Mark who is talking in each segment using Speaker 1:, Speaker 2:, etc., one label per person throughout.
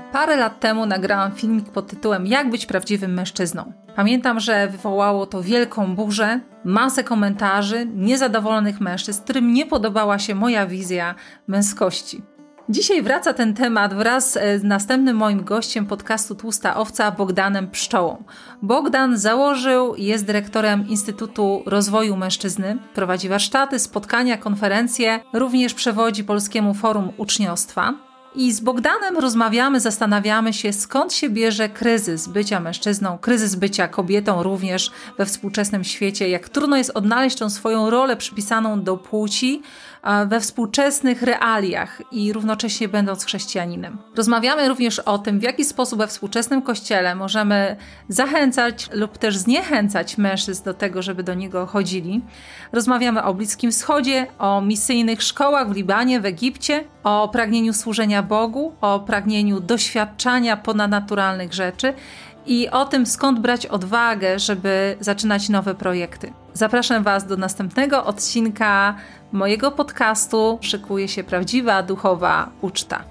Speaker 1: Parę lat temu nagrałam filmik pod tytułem Jak być prawdziwym mężczyzną. Pamiętam, że wywołało to wielką burzę, masę komentarzy niezadowolonych mężczyzn, którym nie podobała się moja wizja męskości. Dzisiaj wraca ten temat wraz z następnym moim gościem podcastu Tłusta Owca, Bogdanem Pszczołą. Bogdan założył i jest dyrektorem Instytutu Rozwoju Mężczyzny, prowadzi warsztaty, spotkania, konferencje, również przewodzi Polskiemu Forum Uczniostwa. I z Bogdanem rozmawiamy, zastanawiamy się, skąd się bierze kryzys bycia mężczyzną, kryzys bycia kobietą również we współczesnym świecie, jak trudno jest odnaleźć tą swoją rolę przypisaną do płci we współczesnych realiach i równocześnie będąc chrześcijaninem. Rozmawiamy również o tym, w jaki sposób we współczesnym kościele możemy zachęcać lub też zniechęcać mężczyzn do tego, żeby do niego chodzili. Rozmawiamy o Bliskim Wschodzie, o misyjnych szkołach w Libanie, w Egipcie, o pragnieniu służenia Bogu, o pragnieniu doświadczania ponadnaturalnych rzeczy i o tym, skąd brać odwagę, żeby zaczynać nowe projekty. Zapraszam Was do następnego odcinka mojego podcastu. Szykuje się prawdziwa duchowa uczta.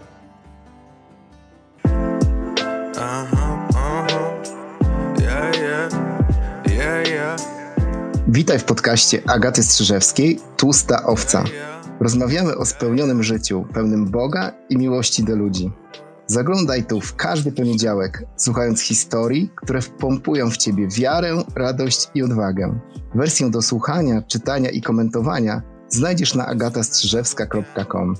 Speaker 2: Witaj w podcaście Agaty Strzyżewskiej Tłusta Owca. Rozmawiamy o spełnionym życiu, pełnym Boga i miłości do ludzi. Zaglądaj tu w każdy poniedziałek, słuchając historii, które wpompują w Ciebie wiarę, radość i odwagę. Wersję do słuchania, czytania i komentowania znajdziesz na agatastrzyżewska.com.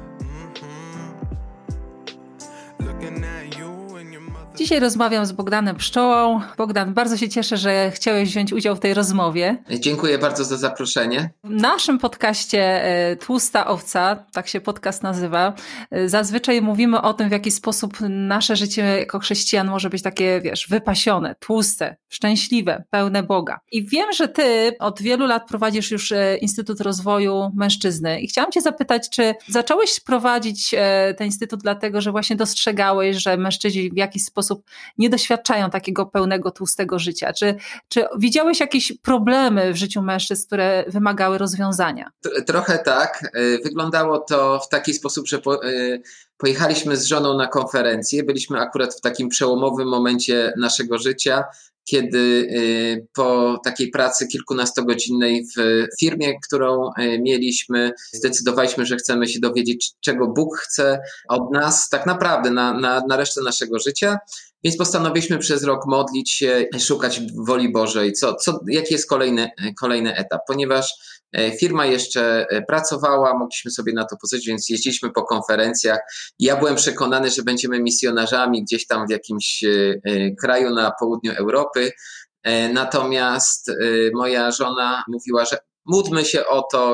Speaker 1: Dzisiaj rozmawiam z Bogdanem Pszczołą. Bogdan, bardzo się cieszę, że chciałeś wziąć udział w tej rozmowie.
Speaker 3: Dziękuję bardzo za zaproszenie.
Speaker 1: W naszym podcaście Tłusta Owca, tak się podcast nazywa, zazwyczaj mówimy o tym, w jaki sposób nasze życie jako chrześcijan może być takie, wypasione, tłuste, szczęśliwe, pełne Boga. I wiem, że ty od wielu lat prowadzisz już Instytut Rozwoju Mężczyzny i chciałam cię zapytać, czy zacząłeś prowadzić ten instytut dlatego, że właśnie dostrzegałeś, że mężczyźni w jakiś sposób nie doświadczają takiego pełnego, tłustego życia? Czy widziałeś jakieś problemy w życiu mężczyzn, które wymagały rozwiązania?
Speaker 3: Trochę tak. Wyglądało to w taki sposób, że pojechaliśmy z żoną na konferencję. Byliśmy akurat w takim przełomowym momencie naszego życia, kiedy po takiej pracy kilkunastogodzinnej w firmie, którą mieliśmy, zdecydowaliśmy, że chcemy się dowiedzieć, czego Bóg chce od nas tak naprawdę na resztę naszego życia. Więc postanowiliśmy przez rok modlić się, szukać woli Bożej, jaki jest kolejny etap, ponieważ firma jeszcze pracowała, mogliśmy sobie na to pozwolić, więc jeździliśmy po konferencjach. Ja byłem przekonany, że będziemy misjonarzami gdzieś tam w jakimś kraju na południu Europy, natomiast moja żona mówiła, że módlmy się o to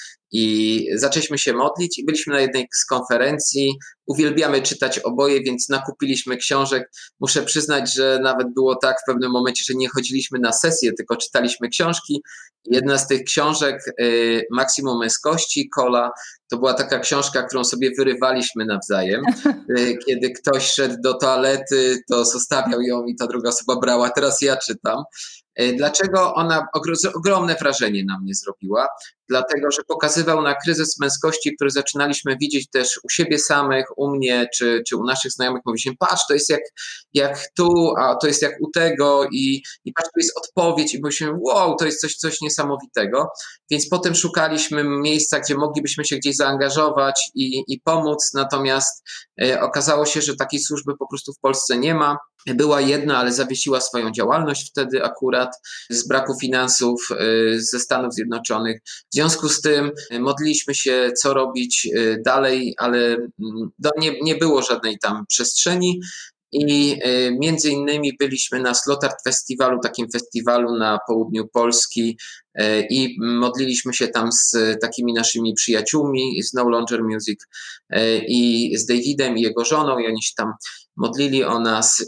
Speaker 3: i zaczęliśmy się modlić i byliśmy na jednej z konferencji. Uwielbiamy czytać oboje, więc nakupiliśmy książek. Muszę przyznać, że nawet było tak w pewnym momencie, że nie chodziliśmy na sesję, tylko czytaliśmy książki. Jedna z tych książek, Maksimum Męskości, Cola, to była taka książka, którą sobie wyrywaliśmy nawzajem. Kiedy ktoś szedł do toalety, to zostawiał ją i ta druga osoba brała. Teraz ja czytam. Dlaczego ona ogromne wrażenie na mnie zrobiła? Dlatego, że pokazywał na kryzys męskości, który zaczynaliśmy widzieć też u siebie samych, u mnie czy u naszych znajomych. Mówiliśmy, patrz, to jest jak tu, a to jest jak u tego i patrz, to jest odpowiedź i mówiliśmy, wow, to jest coś niesamowitego. Więc potem szukaliśmy miejsca, gdzie moglibyśmy się gdzieś zaangażować i pomóc, natomiast okazało się, że takiej służby po prostu w Polsce nie ma. Była jedna, ale zawiesiła swoją działalność wtedy akurat z braku finansów ze Stanów Zjednoczonych. W związku z tym modliliśmy się, co robić dalej, ale nie było żadnej tam przestrzeni. I między innymi byliśmy na Slotard Festiwalu, takim festiwalu na południu Polski i modliliśmy się tam z takimi naszymi przyjaciółmi z No Longer Music i z Davidem i jego żoną i oni się tam modlili o nas,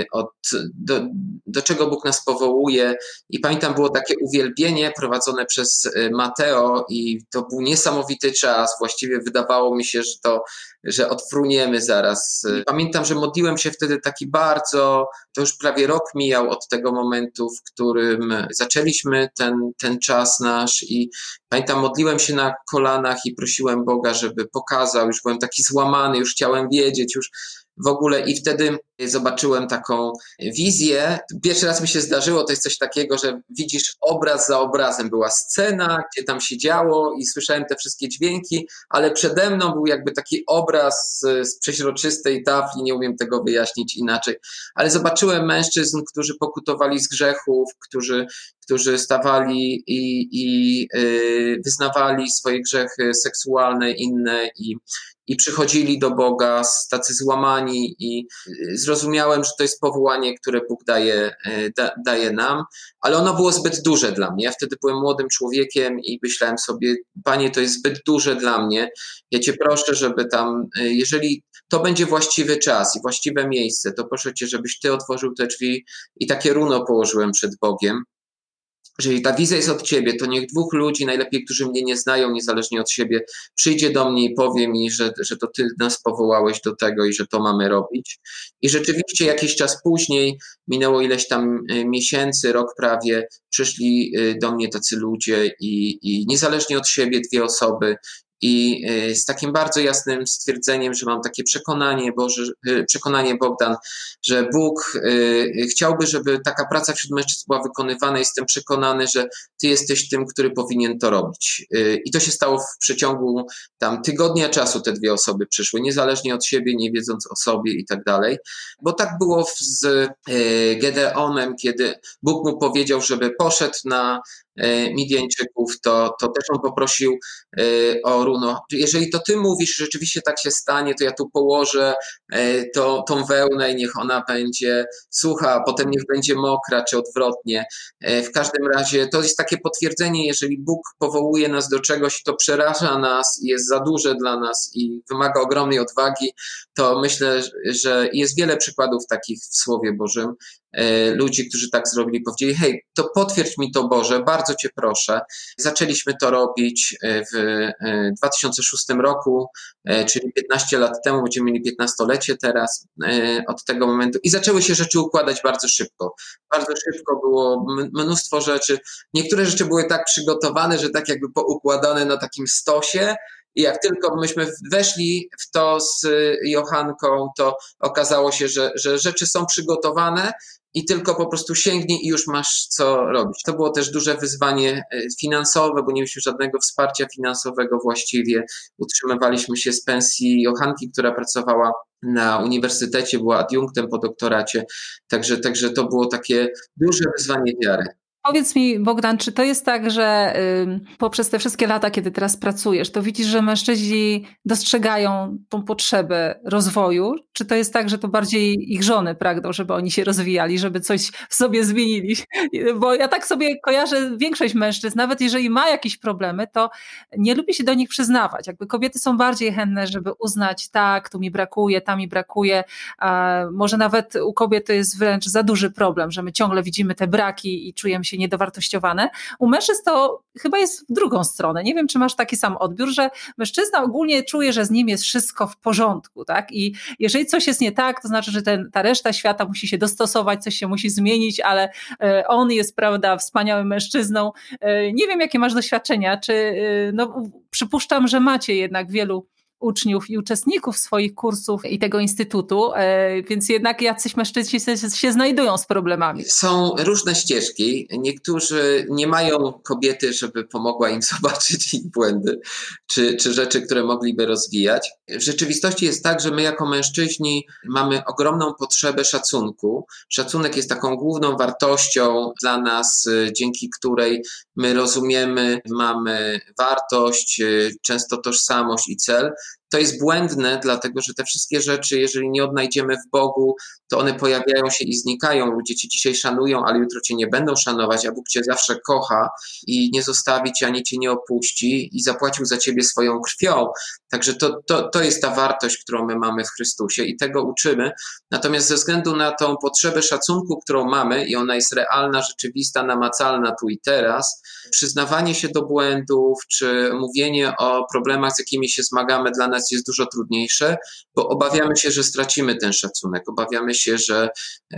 Speaker 3: do czego Bóg nas powołuje. I pamiętam, było takie uwielbienie prowadzone przez Mateo i to był niesamowity czas. Właściwie wydawało mi się, że odfruniemy zaraz. Pamiętam, że modliłem się wtedy to już prawie rok mijał od tego momentu, w którym zaczęliśmy ten czas nasz i pamiętam, modliłem się na kolanach i prosiłem Boga, żeby pokazał, już byłem taki złamany, już chciałem wiedzieć, już w ogóle i wtedy zobaczyłem taką wizję. Pierwszy raz mi się zdarzyło, to jest coś takiego, że widzisz obraz za obrazem. Była scena, gdzie tam się działo i słyszałem te wszystkie dźwięki, ale przede mną był jakby taki obraz z przeźroczystej tafli, nie umiem tego wyjaśnić inaczej. Ale zobaczyłem mężczyzn, którzy pokutowali z grzechów, którzy stawali i wyznawali swoje grzechy seksualne, inne i przychodzili do Boga tacy złamani i zrozumiałem, że to jest powołanie, które Bóg daje nam, ale ono było zbyt duże dla mnie. Ja wtedy byłem młodym człowiekiem i myślałem sobie, Panie, to jest zbyt duże dla mnie. Ja Cię proszę, żeby tam, jeżeli to będzie właściwy czas i właściwe miejsce, to proszę Cię, żebyś Ty otworzył te drzwi i takie runo położyłem przed Bogiem. Jeżeli ta wizja jest od Ciebie, to niech dwóch ludzi, najlepiej, którzy mnie nie znają, niezależnie od siebie, przyjdzie do mnie i powie mi, że to Ty nas powołałeś do tego i że to mamy robić. I rzeczywiście jakiś czas później, minęło ileś tam miesięcy, rok prawie, przyszli do mnie tacy ludzie i niezależnie od siebie dwie osoby i z takim bardzo jasnym stwierdzeniem, że mam takie przekonanie, Bogdan, że Bóg chciałby, żeby taka praca wśród mężczyzn była wykonywana. Jestem przekonany, że Ty jesteś tym, który powinien to robić. I to się stało w przeciągu tam tygodnia czasu. Te dwie osoby przyszły, niezależnie od siebie, nie wiedząc o sobie i tak dalej. Bo tak było z Gedeonem, kiedy Bóg mu powiedział, żeby poszedł na Midjańczyków, to też on poprosił o runo. Jeżeli to Ty mówisz, rzeczywiście tak się stanie, to ja tu położę tą wełnę i niech ona będzie sucha, a potem niech będzie mokra, czy odwrotnie. W każdym razie to jest takie potwierdzenie, jeżeli Bóg powołuje nas do czegoś, to przeraża nas, jest za duże dla nas i wymaga ogromnej odwagi, to myślę, że jest wiele przykładów takich w Słowie Bożym. Ludzi, którzy tak zrobili, powiedzieli, hej, to potwierdź mi to Boże, bardzo Cię proszę. Zaczęliśmy to robić w 2006 roku, czyli 15 lat temu, będziemy mieli 15-lecie teraz od tego momentu i zaczęły się rzeczy układać bardzo szybko. Bardzo szybko było mnóstwo rzeczy. Niektóre rzeczy były tak przygotowane, że tak jakby poukładane na takim stosie. I jak tylko myśmy weszli w to z Johanką, to okazało się, że rzeczy są przygotowane i tylko po prostu sięgnij i już masz co robić. To było też duże wyzwanie finansowe, bo nie mieliśmy żadnego wsparcia finansowego właściwie. Utrzymywaliśmy się z pensji Johanki, która pracowała na uniwersytecie, była adiunktem po doktoracie. Także to było takie duże wyzwanie wiary.
Speaker 1: Powiedz mi, Bogdan, czy to jest tak, że poprzez te wszystkie lata, kiedy teraz pracujesz, to widzisz, że mężczyźni dostrzegają tą potrzebę rozwoju? Czy to jest tak, że to bardziej ich żony pragną, żeby oni się rozwijali, żeby coś w sobie zmienili? Bo ja tak sobie kojarzę większość mężczyzn, nawet jeżeli ma jakieś problemy, to nie lubi się do nich przyznawać. Jakby kobiety są bardziej chętne, żeby uznać, tak, tu mi brakuje, tam mi brakuje. A może nawet u kobiet to jest wręcz za duży problem, że my ciągle widzimy te braki i czujemy się niedowartościowane. U mężczyzn to chyba jest w drugą stronę. Nie wiem, czy masz taki sam odbiór, że mężczyzna ogólnie czuje, że z nim jest wszystko w porządku, tak? I jeżeli coś jest nie tak, to znaczy, że ta reszta świata musi się dostosować, coś się musi zmienić, ale on jest, prawda, wspaniałym mężczyzną. Nie wiem, jakie masz doświadczenia, czy przypuszczam, że macie jednak wielu uczniów i uczestników swoich kursów i tego instytutu, więc jednak jacyś mężczyźni się znajdują z problemami.
Speaker 3: Są różne ścieżki. Niektórzy nie mają kobiety, żeby pomogła im zobaczyć ich błędy, czy rzeczy, które mogliby rozwijać. W rzeczywistości jest tak, że my jako mężczyźni mamy ogromną potrzebę szacunku. Szacunek jest taką główną wartością dla nas, dzięki której my rozumiemy, mamy wartość, często tożsamość i cel. To jest błędne, dlatego że te wszystkie rzeczy, jeżeli nie odnajdziemy w Bogu, to one pojawiają się i znikają. Ludzie Cię dzisiaj szanują, ale jutro Cię nie będą szanować, a Bóg Cię zawsze kocha i nie zostawi Cię, ani Cię nie opuści i zapłacił za Ciebie swoją krwią. Także to jest ta wartość, którą my mamy w Chrystusie i tego uczymy. Natomiast ze względu na tą potrzebę szacunku, którą mamy i ona jest realna, rzeczywista, namacalna tu i teraz, przyznawanie się do błędów czy mówienie o problemach, z jakimi się zmagamy, dla nas jest dużo trudniejsze, bo obawiamy się, że stracimy ten szacunek, obawiamy się, że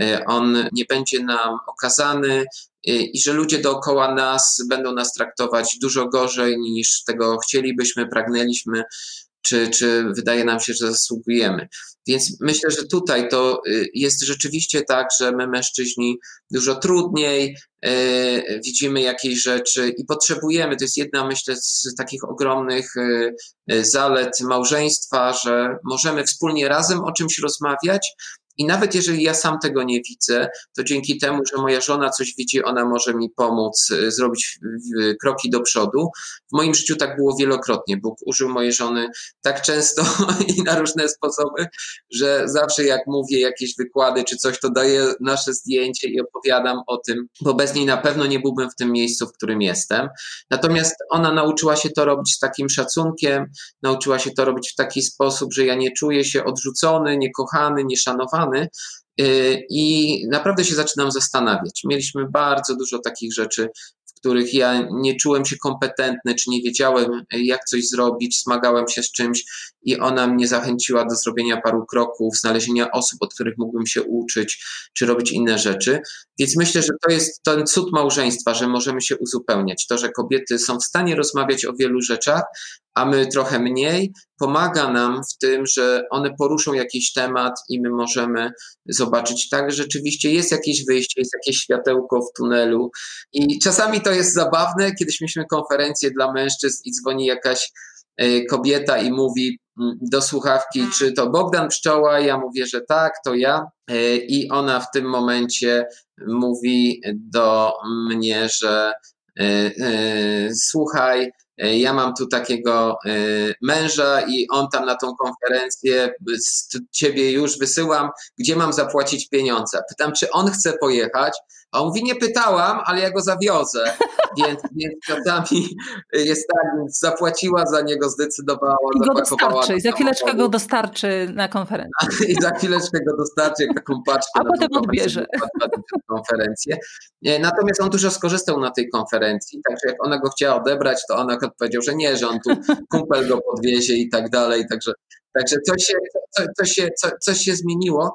Speaker 3: on nie będzie nam okazany i że ludzie dookoła nas będą nas traktować dużo gorzej niż tego chcielibyśmy, pragnęliśmy. czy wydaje nam się, że zasługujemy. Więc myślę, że tutaj to jest rzeczywiście tak, że my mężczyźni dużo trudniej widzimy jakieś rzeczy i potrzebujemy, to jest jedna, myślę, z takich ogromnych zalet małżeństwa, że możemy wspólnie razem o czymś rozmawiać. I nawet jeżeli ja sam tego nie widzę, to dzięki temu, że moja żona coś widzi, ona może mi pomóc zrobić kroki do przodu. W moim życiu tak było wielokrotnie. Bóg użył mojej żony tak często i na różne sposoby, że zawsze jak mówię jakieś wykłady czy coś, to daję nasze zdjęcie i opowiadam o tym, bo bez niej na pewno nie byłbym w tym miejscu, w którym jestem. Natomiast ona nauczyła się to robić z takim szacunkiem, nauczyła się to robić w taki sposób, że ja nie czuję się odrzucony, niekochany, nieszanowany. I naprawdę się zaczynam zastanawiać. Mieliśmy bardzo dużo takich rzeczy, w których ja nie czułem się kompetentny, czy nie wiedziałem, jak coś zrobić, zmagałem się z czymś i ona mnie zachęciła do zrobienia paru kroków, znalezienia osób, od których mógłbym się uczyć, czy robić inne rzeczy. Więc myślę, że to jest ten cud małżeństwa, że możemy się uzupełniać. To, że kobiety są w stanie rozmawiać o wielu rzeczach, a my trochę mniej, pomaga nam w tym, że one poruszą jakiś temat i my możemy zobaczyć, tak, że rzeczywiście jest jakieś wyjście, jest jakieś światełko w tunelu. I czasami to jest zabawne, kiedyś mieliśmy konferencję dla mężczyzn i dzwoni jakaś kobieta i mówi do słuchawki, czy to Bogdan Pszczoła? Ja mówię, że tak, to ja. I ona w tym momencie mówi do mnie, że słuchaj, ja mam tu takiego męża i on tam na tą konferencję ciebie już wysyłam, gdzie mam zapłacić pieniądze. Pytam, czy on chce pojechać, a on mówi, nie pytałam, ale ja go zawiozę. Więc czasami jest tak, więc zapłaciła za niego, zdecydowała.
Speaker 1: I go dostarczy, za chwileczkę go dostarczy na konferencję.
Speaker 3: I za chwileczkę go dostarczy, jak taką paczkę.
Speaker 1: A potem odbierze.
Speaker 3: Konferencję. Natomiast on dużo skorzystał na tej konferencji, także jak ona go chciała odebrać, to ona powiedział, że nie, że on tu kumpel go podwiezie i tak dalej. Także coś się zmieniło.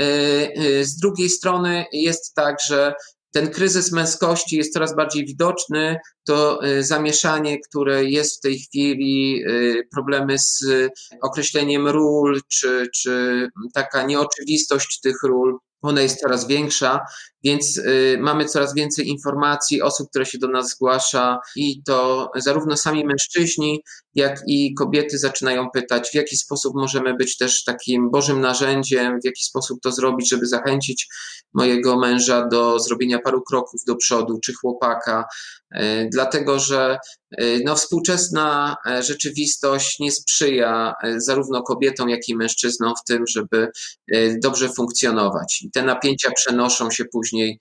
Speaker 3: Z drugiej strony jest tak, że ten kryzys męskości jest coraz bardziej widoczny, to zamieszanie, które jest w tej chwili, problemy z określeniem ról, czy taka nieoczywistość tych ról, ona jest coraz większa, więc mamy coraz więcej informacji, osób, które się do nas zgłasza i to zarówno sami mężczyźni, jak i kobiety zaczynają pytać, w jaki sposób możemy być też takim Bożym narzędziem, w jaki sposób to zrobić, żeby zachęcić mojego męża do zrobienia paru kroków do przodu, czy chłopaka, dlatego że współczesna rzeczywistość nie sprzyja zarówno kobietom, jak i mężczyznom w tym, żeby dobrze funkcjonować. I te napięcia przenoszą się później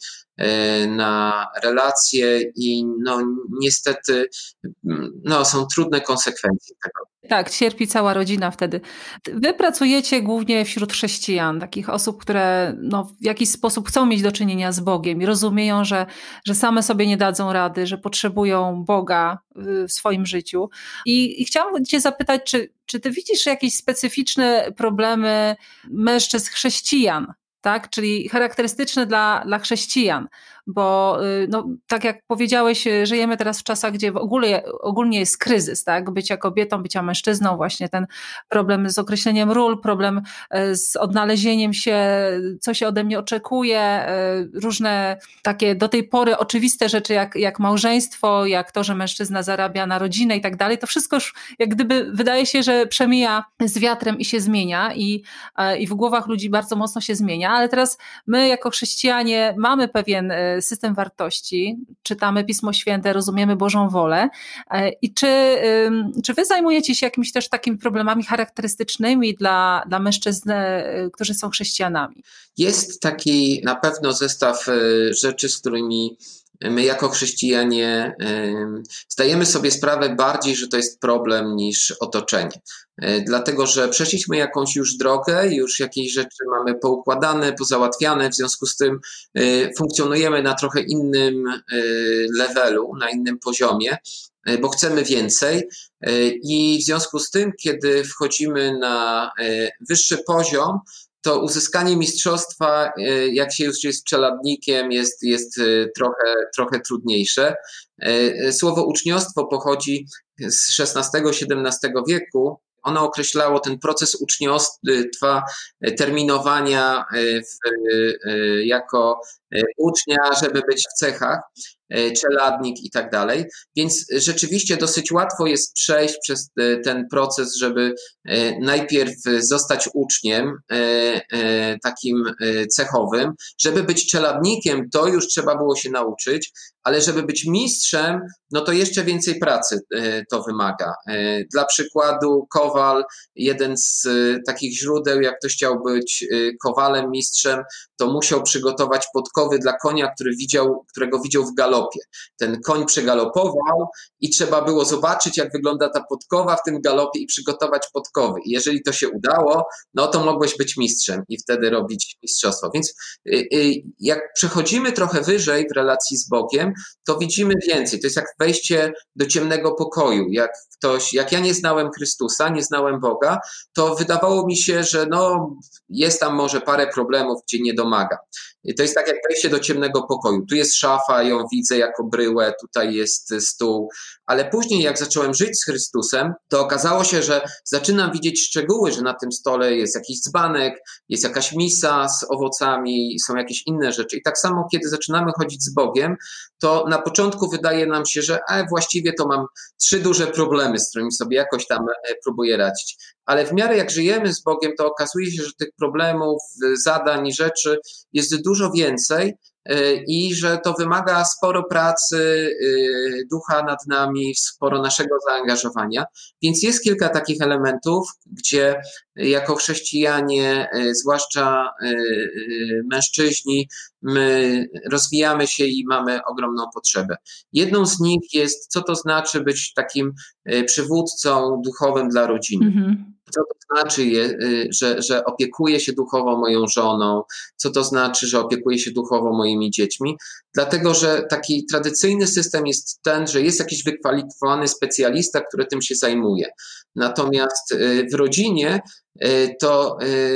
Speaker 3: na relacje i niestety są trudne konsekwencje tego.
Speaker 1: Tak, cierpi cała rodzina wtedy. Wy pracujecie głównie wśród chrześcijan, takich osób, które w jakiś sposób chcą mieć do czynienia z Bogiem i rozumieją, że same sobie nie dadzą rady, że potrzebują Boga w swoim życiu. I chciałam cię zapytać, czy ty widzisz jakieś specyficzne problemy mężczyzn chrześcijan, tak? Czyli charakterystyczne dla chrześcijan, bo tak jak powiedziałeś, żyjemy teraz w czasach, gdzie ogólnie jest kryzys, tak? Bycia kobietą, bycia mężczyzną, właśnie ten problem z określeniem ról, problem z odnalezieniem się, co się ode mnie oczekuje, różne takie do tej pory oczywiste rzeczy jak małżeństwo, jak to, że mężczyzna zarabia na rodzinę i tak dalej, to wszystko już jak gdyby wydaje się, że przemija z wiatrem i się zmienia i w głowach ludzi bardzo mocno się zmienia, ale teraz my jako chrześcijanie mamy pewien system wartości, czytamy Pismo Święte, rozumiemy Bożą wolę i czy wy zajmujecie się jakimiś też takimi problemami charakterystycznymi dla mężczyzn, którzy są chrześcijanami?
Speaker 3: Jest taki na pewno zestaw rzeczy, z którymi my jako chrześcijanie zdajemy sobie sprawę bardziej, że to jest problem niż otoczenie. Dlatego, że przeszliśmy jakąś już drogę, już jakieś rzeczy mamy poukładane, pozałatwiane, w związku z tym funkcjonujemy na trochę innym levelu, na innym poziomie, bo chcemy więcej i w związku z tym, kiedy wchodzimy na wyższy poziom, to uzyskanie mistrzostwa, jak się już jest czeladnikiem, jest trochę trudniejsze. Słowo uczniostwo pochodzi z XVI-XVII wieku Ono określało ten proces uczniostwa, terminowania jako ucznia, żeby być w cechach, czeladnik i tak dalej. Więc rzeczywiście dosyć łatwo jest przejść przez ten proces, żeby najpierw zostać uczniem takim cechowym. Żeby być czeladnikiem, to już trzeba było się nauczyć, ale żeby być mistrzem, no to jeszcze więcej pracy to wymaga. Dla przykładu kowal, jeden z takich źródeł, jak ktoś chciał być kowalem, mistrzem, to musiał przygotować podkowy dla konia, którego widział w galopie. Ten koń przegalopował i trzeba było zobaczyć, jak wygląda ta podkowa w tym galopie i przygotować podkowy. I jeżeli to się udało, no to mogłeś być mistrzem i wtedy robić mistrzostwo. Więc jak przechodzimy trochę wyżej w relacji z Bogiem, to widzimy więcej. To jest jak wejście do ciemnego pokoju. Jak ja nie znałem Chrystusa, nie znałem Boga, to wydawało mi się, że jest tam może parę problemów, gdzie nie domaga. I to jest tak jak wejście do ciemnego pokoju. Tu jest szafa, ją widzę jako bryłę, tutaj jest stół. Ale później jak zacząłem żyć z Chrystusem, to okazało się, że zaczynam widzieć szczegóły, że na tym stole jest jakiś dzbanek, jest jakaś misa z owocami, są jakieś inne rzeczy. I tak samo, kiedy zaczynamy chodzić z Bogiem, to na początku wydaje nam się, że właściwie to mam 3 duże problemy, z którymi sobie jakoś tam próbuję radzić. Ale w miarę jak żyjemy z Bogiem, to okazuje się, że tych problemów, zadań i rzeczy jest dużo więcej i że to wymaga sporo pracy ducha nad nami, sporo naszego zaangażowania. Więc jest kilka takich elementów, gdzie jako chrześcijanie, zwłaszcza mężczyźni, my rozwijamy się i mamy ogromną potrzebę. Jedną z nich jest, co to znaczy być takim przywódcą duchowym dla rodziny. Mhm. Co to znaczy, że opiekuję się duchowo moją żoną, co to znaczy, że opiekuję się duchowo moimi dziećmi, dlatego że taki tradycyjny system jest ten, że jest jakiś wykwalifikowany specjalista, który tym się zajmuje. Natomiast w rodzinie to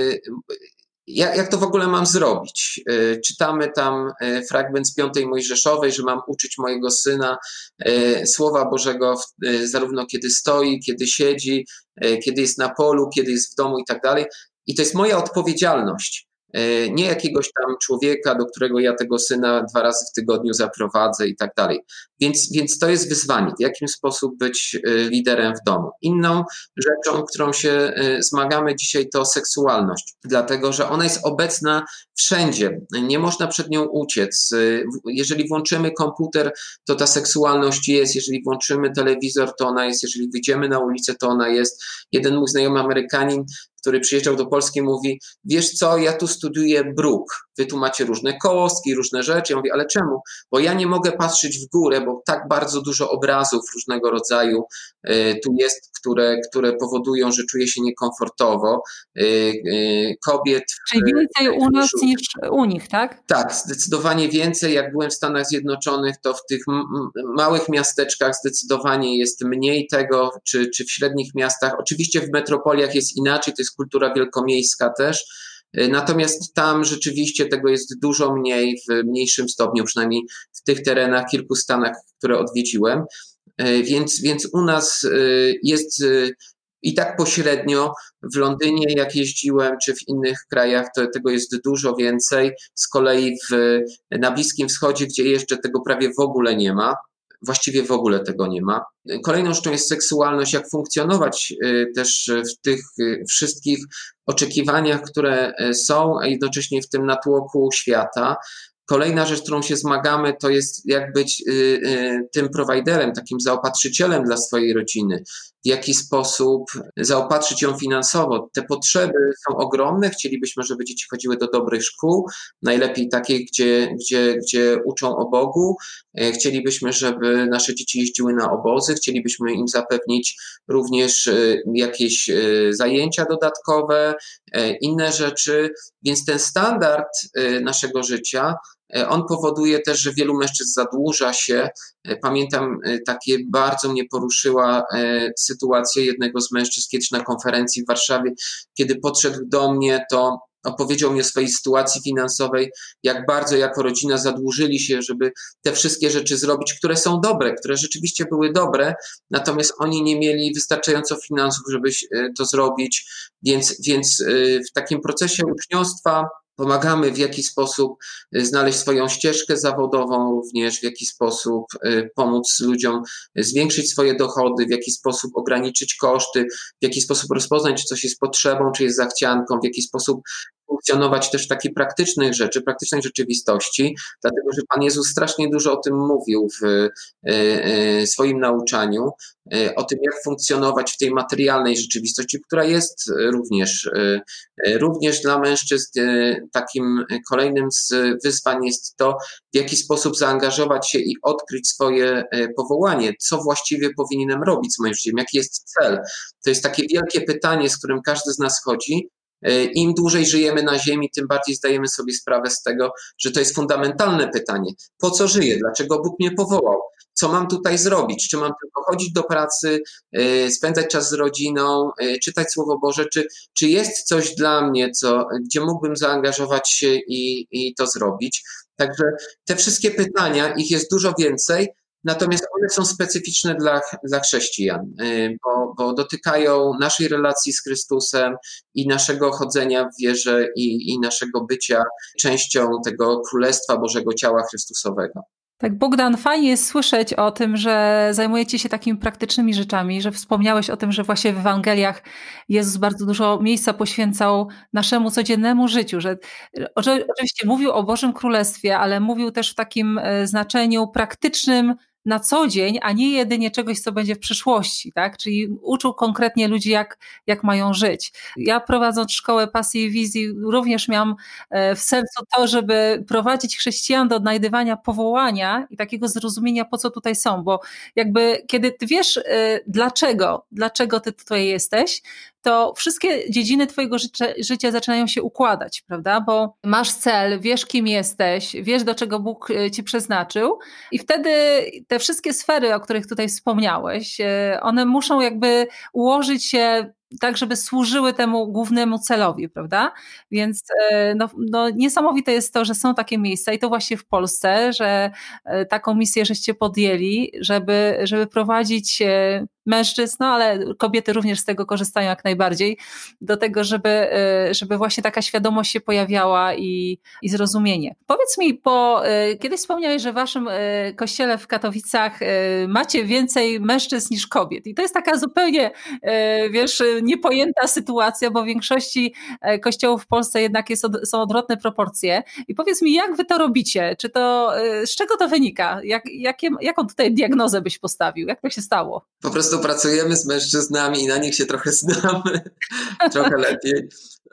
Speaker 3: jak to w ogóle mam zrobić? Czytamy tam fragment z 5 Mojżeszowej, że mam uczyć mojego syna Słowa Bożego zarówno kiedy stoi, kiedy siedzi, kiedy jest na polu, kiedy jest w domu i tak dalej. I to jest moja odpowiedzialność. Nie jakiegoś tam człowieka, do którego ja tego syna 2 razy w tygodniu zaprowadzę i tak dalej. Więc to jest wyzwanie, w jakim sposób być liderem w domu. Inną rzeczą, którą się zmagamy dzisiaj, to seksualność, dlatego że ona jest obecna wszędzie. Nie można przed nią uciec. Jeżeli włączymy komputer, to ta seksualność jest. Jeżeli włączymy telewizor, to ona jest. Jeżeli wyjdziemy na ulicę, to ona jest. Jeden mój znajomy Amerykanin, który przyjeżdżał do Polski, mówi: wiesz co, ja tu studiuję bruk, wy tu macie różne kostki, różne rzeczy. Ja mówię: ale czemu? Bo ja nie mogę patrzeć w górę, bo tak bardzo dużo obrazów różnego rodzaju tu jest, które powodują, że czuję się niekomfortowo. Kobiet.
Speaker 1: Czyli więcej u nas niż u nich, tak?
Speaker 3: Tak, zdecydowanie więcej. Jak byłem w Stanach Zjednoczonych, to w tych małych miasteczkach zdecydowanie jest mniej tego, czy w średnich miastach. Oczywiście w metropoliach jest inaczej, to jest kultura wielkomiejska też. Natomiast tam rzeczywiście tego jest dużo mniej, w mniejszym stopniu, przynajmniej w tych terenach, kilku stanach, które odwiedziłem. Więc u nas jest i tak pośrednio. W Londynie, jak jeździłem, czy w innych krajach, to tego jest dużo więcej. Z kolei na Bliskim Wschodzie, gdzie jeszcze tego prawie w ogóle nie ma, właściwie w ogóle tego nie ma. Kolejną rzeczą jest seksualność, jak funkcjonować też w tych wszystkich oczekiwaniach, które są, a jednocześnie w tym natłoku świata. Kolejna rzecz, którą się zmagamy, to jest jak być tym prowajderem, takim zaopatrzycielem dla swojej rodziny. W jaki sposób zaopatrzyć ją finansowo. Te potrzeby są ogromne. Chcielibyśmy, żeby dzieci chodziły do dobrych szkół, najlepiej takich, gdzie uczą o Bogu. Chcielibyśmy, żeby nasze dzieci jeździły na obozy. Chcielibyśmy im zapewnić również jakieś zajęcia dodatkowe, inne rzeczy. Więc ten standard naszego życia, on powoduje też, że wielu mężczyzn zadłuża się. Pamiętam, takie bardzo mnie poruszyła sytuacja jednego z mężczyzn kiedyś na konferencji w Warszawie, kiedy podszedł do mnie, to opowiedział mi o swojej sytuacji finansowej, jak bardzo jako rodzina zadłużyli się, żeby te wszystkie rzeczy zrobić, które są dobre, które rzeczywiście były dobre, natomiast oni nie mieli wystarczająco finansów, żeby to zrobić, więc w takim procesie uczniostwa pomagamy w jaki sposób znaleźć swoją ścieżkę zawodową również, w jaki sposób pomóc ludziom zwiększyć swoje dochody, w jaki sposób ograniczyć koszty, w jaki sposób rozpoznać, czy coś jest potrzebą, czy jest zachcianką, w jaki sposób funkcjonować też w takiej praktycznej rzeczywistości, dlatego że Pan Jezus strasznie dużo o tym mówił w swoim nauczaniu, o tym, jak funkcjonować w tej materialnej rzeczywistości, która jest również dla mężczyzn takim kolejnym z wyzwań jest to, w jaki sposób zaangażować się i odkryć swoje powołanie, co właściwie powinienem robić z moim życiem, jaki jest cel. To jest takie wielkie pytanie, z którym każdy z nas chodzi. Im dłużej żyjemy na ziemi, tym bardziej zdajemy sobie sprawę z tego, że to jest fundamentalne pytanie. Po co żyję? Dlaczego Bóg mnie powołał? Co mam tutaj zrobić? Czy mam tylko chodzić do pracy, spędzać czas z rodziną, czytać Słowo Boże? Czy jest coś dla mnie, gdzie mógłbym zaangażować się i to zrobić? Także te wszystkie pytania, ich jest dużo więcej, natomiast one są specyficzne dla chrześcijan, bo dotykają naszej relacji z Chrystusem i naszego chodzenia w wierze i naszego bycia częścią tego Królestwa Bożego Ciała Chrystusowego.
Speaker 1: Tak, Bogdan, fajnie jest słyszeć o tym, że zajmujecie się takimi praktycznymi rzeczami, że wspomniałeś o tym, że właśnie w Ewangeliach Jezus bardzo dużo miejsca poświęcał naszemu codziennemu życiu, że oczywiście mówił o Bożym Królestwie, ale mówił też w takim znaczeniu praktycznym na co dzień, a nie jedynie czegoś, co będzie w przyszłości, tak? Czyli uczył konkretnie ludzi, jak mają żyć. Ja prowadząc szkołę Pasji i Wizji również miałam w sercu to, żeby prowadzić chrześcijan do odnajdywania powołania i takiego zrozumienia, po co tutaj są, bo jakby kiedy ty wiesz, dlaczego ty tutaj jesteś, to wszystkie dziedziny twojego życia zaczynają się układać, prawda? Bo masz cel, wiesz kim jesteś, wiesz do czego Bóg ci przeznaczył i wtedy te wszystkie sfery, o których tutaj wspomniałeś, one muszą jakby ułożyć się tak, żeby służyły temu głównemu celowi, prawda? Więc no, niesamowite jest to, że są takie miejsca i to właśnie w Polsce, że taką misję żeście podjęli, żeby prowadzić mężczyzn, no ale kobiety również z tego korzystają jak najbardziej, do tego, żeby właśnie taka świadomość się pojawiała i zrozumienie. Powiedz mi, kiedyś wspomniałeś, że w waszym kościele w Katowicach macie więcej mężczyzn niż kobiet i to jest taka zupełnie, niepojęta sytuacja, bo w większości kościołów w Polsce jednak są odwrotne proporcje. I powiedz mi, jak wy to robicie? Z czego to wynika? Jaką tutaj diagnozę byś postawił? Jak to się stało?
Speaker 3: Po prostu pracujemy z mężczyznami i na nich się trochę znamy, trochę lepiej.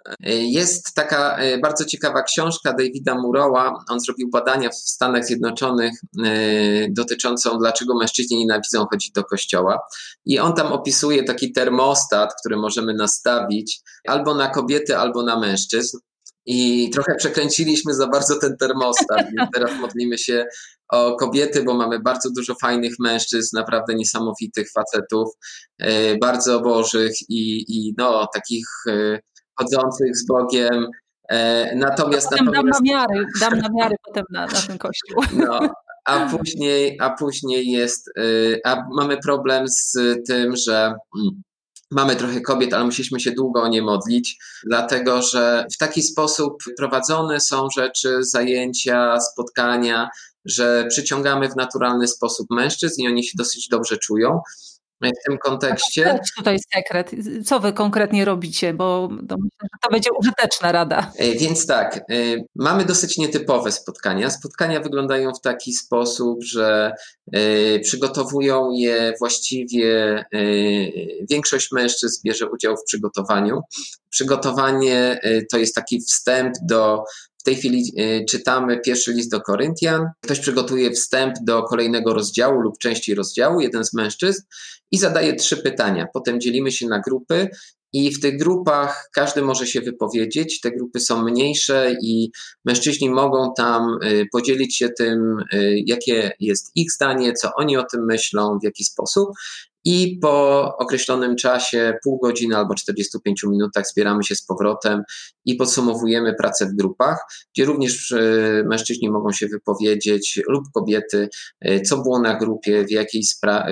Speaker 3: Jest taka bardzo ciekawa książka Davida Murrowa. On zrobił badania w Stanach Zjednoczonych dotyczącą dlaczego mężczyźni nienawidzą chodzić do kościoła. I on tam opisuje taki termostat, który możemy nastawić albo na kobiety, albo na mężczyzn. I trochę przekręciliśmy za bardzo ten termostat. Więc teraz modlimy się o kobiety, bo mamy bardzo dużo fajnych mężczyzn, naprawdę niesamowitych facetów, bardzo bożych i takich chodzących z Bogiem. Natomiast
Speaker 1: dam na miary potem na ten kościół.
Speaker 3: No, a później jest, mamy problem z tym, że mamy trochę kobiet, ale musieliśmy się długo o nie modlić, dlatego że w taki sposób prowadzone są rzeczy, zajęcia, spotkania, że przyciągamy w naturalny sposób mężczyzn i oni się dosyć dobrze czują. W tym kontekście.
Speaker 1: Tutaj sekret. Co wy konkretnie robicie? Bo myślę, że to będzie użyteczna rada.
Speaker 3: Więc tak, mamy dosyć nietypowe spotkania. Spotkania wyglądają w taki sposób, że przygotowują je właściwie większość mężczyzn bierze udział w przygotowaniu. Przygotowanie to jest taki wstęp w tej chwili czytamy pierwszy list do Koryntian. Ktoś przygotuje wstęp do kolejnego rozdziału lub części rozdziału, jeden z mężczyzn, i zadaje 3 pytania. Potem dzielimy się na grupy i w tych grupach każdy może się wypowiedzieć. Te grupy są mniejsze i mężczyźni mogą tam podzielić się tym, jakie jest ich zdanie, co oni o tym myślą, w jaki sposób. i po określonym czasie, pół godziny albo 45 minutach zbieramy się z powrotem i podsumowujemy pracę w grupach, gdzie również mężczyźni mogą się wypowiedzieć lub kobiety, co było na grupie, w jakiej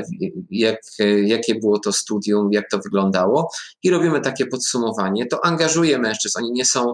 Speaker 3: jakie było to studium, jak to wyglądało i robimy takie podsumowanie. To angażuje mężczyzn, oni nie są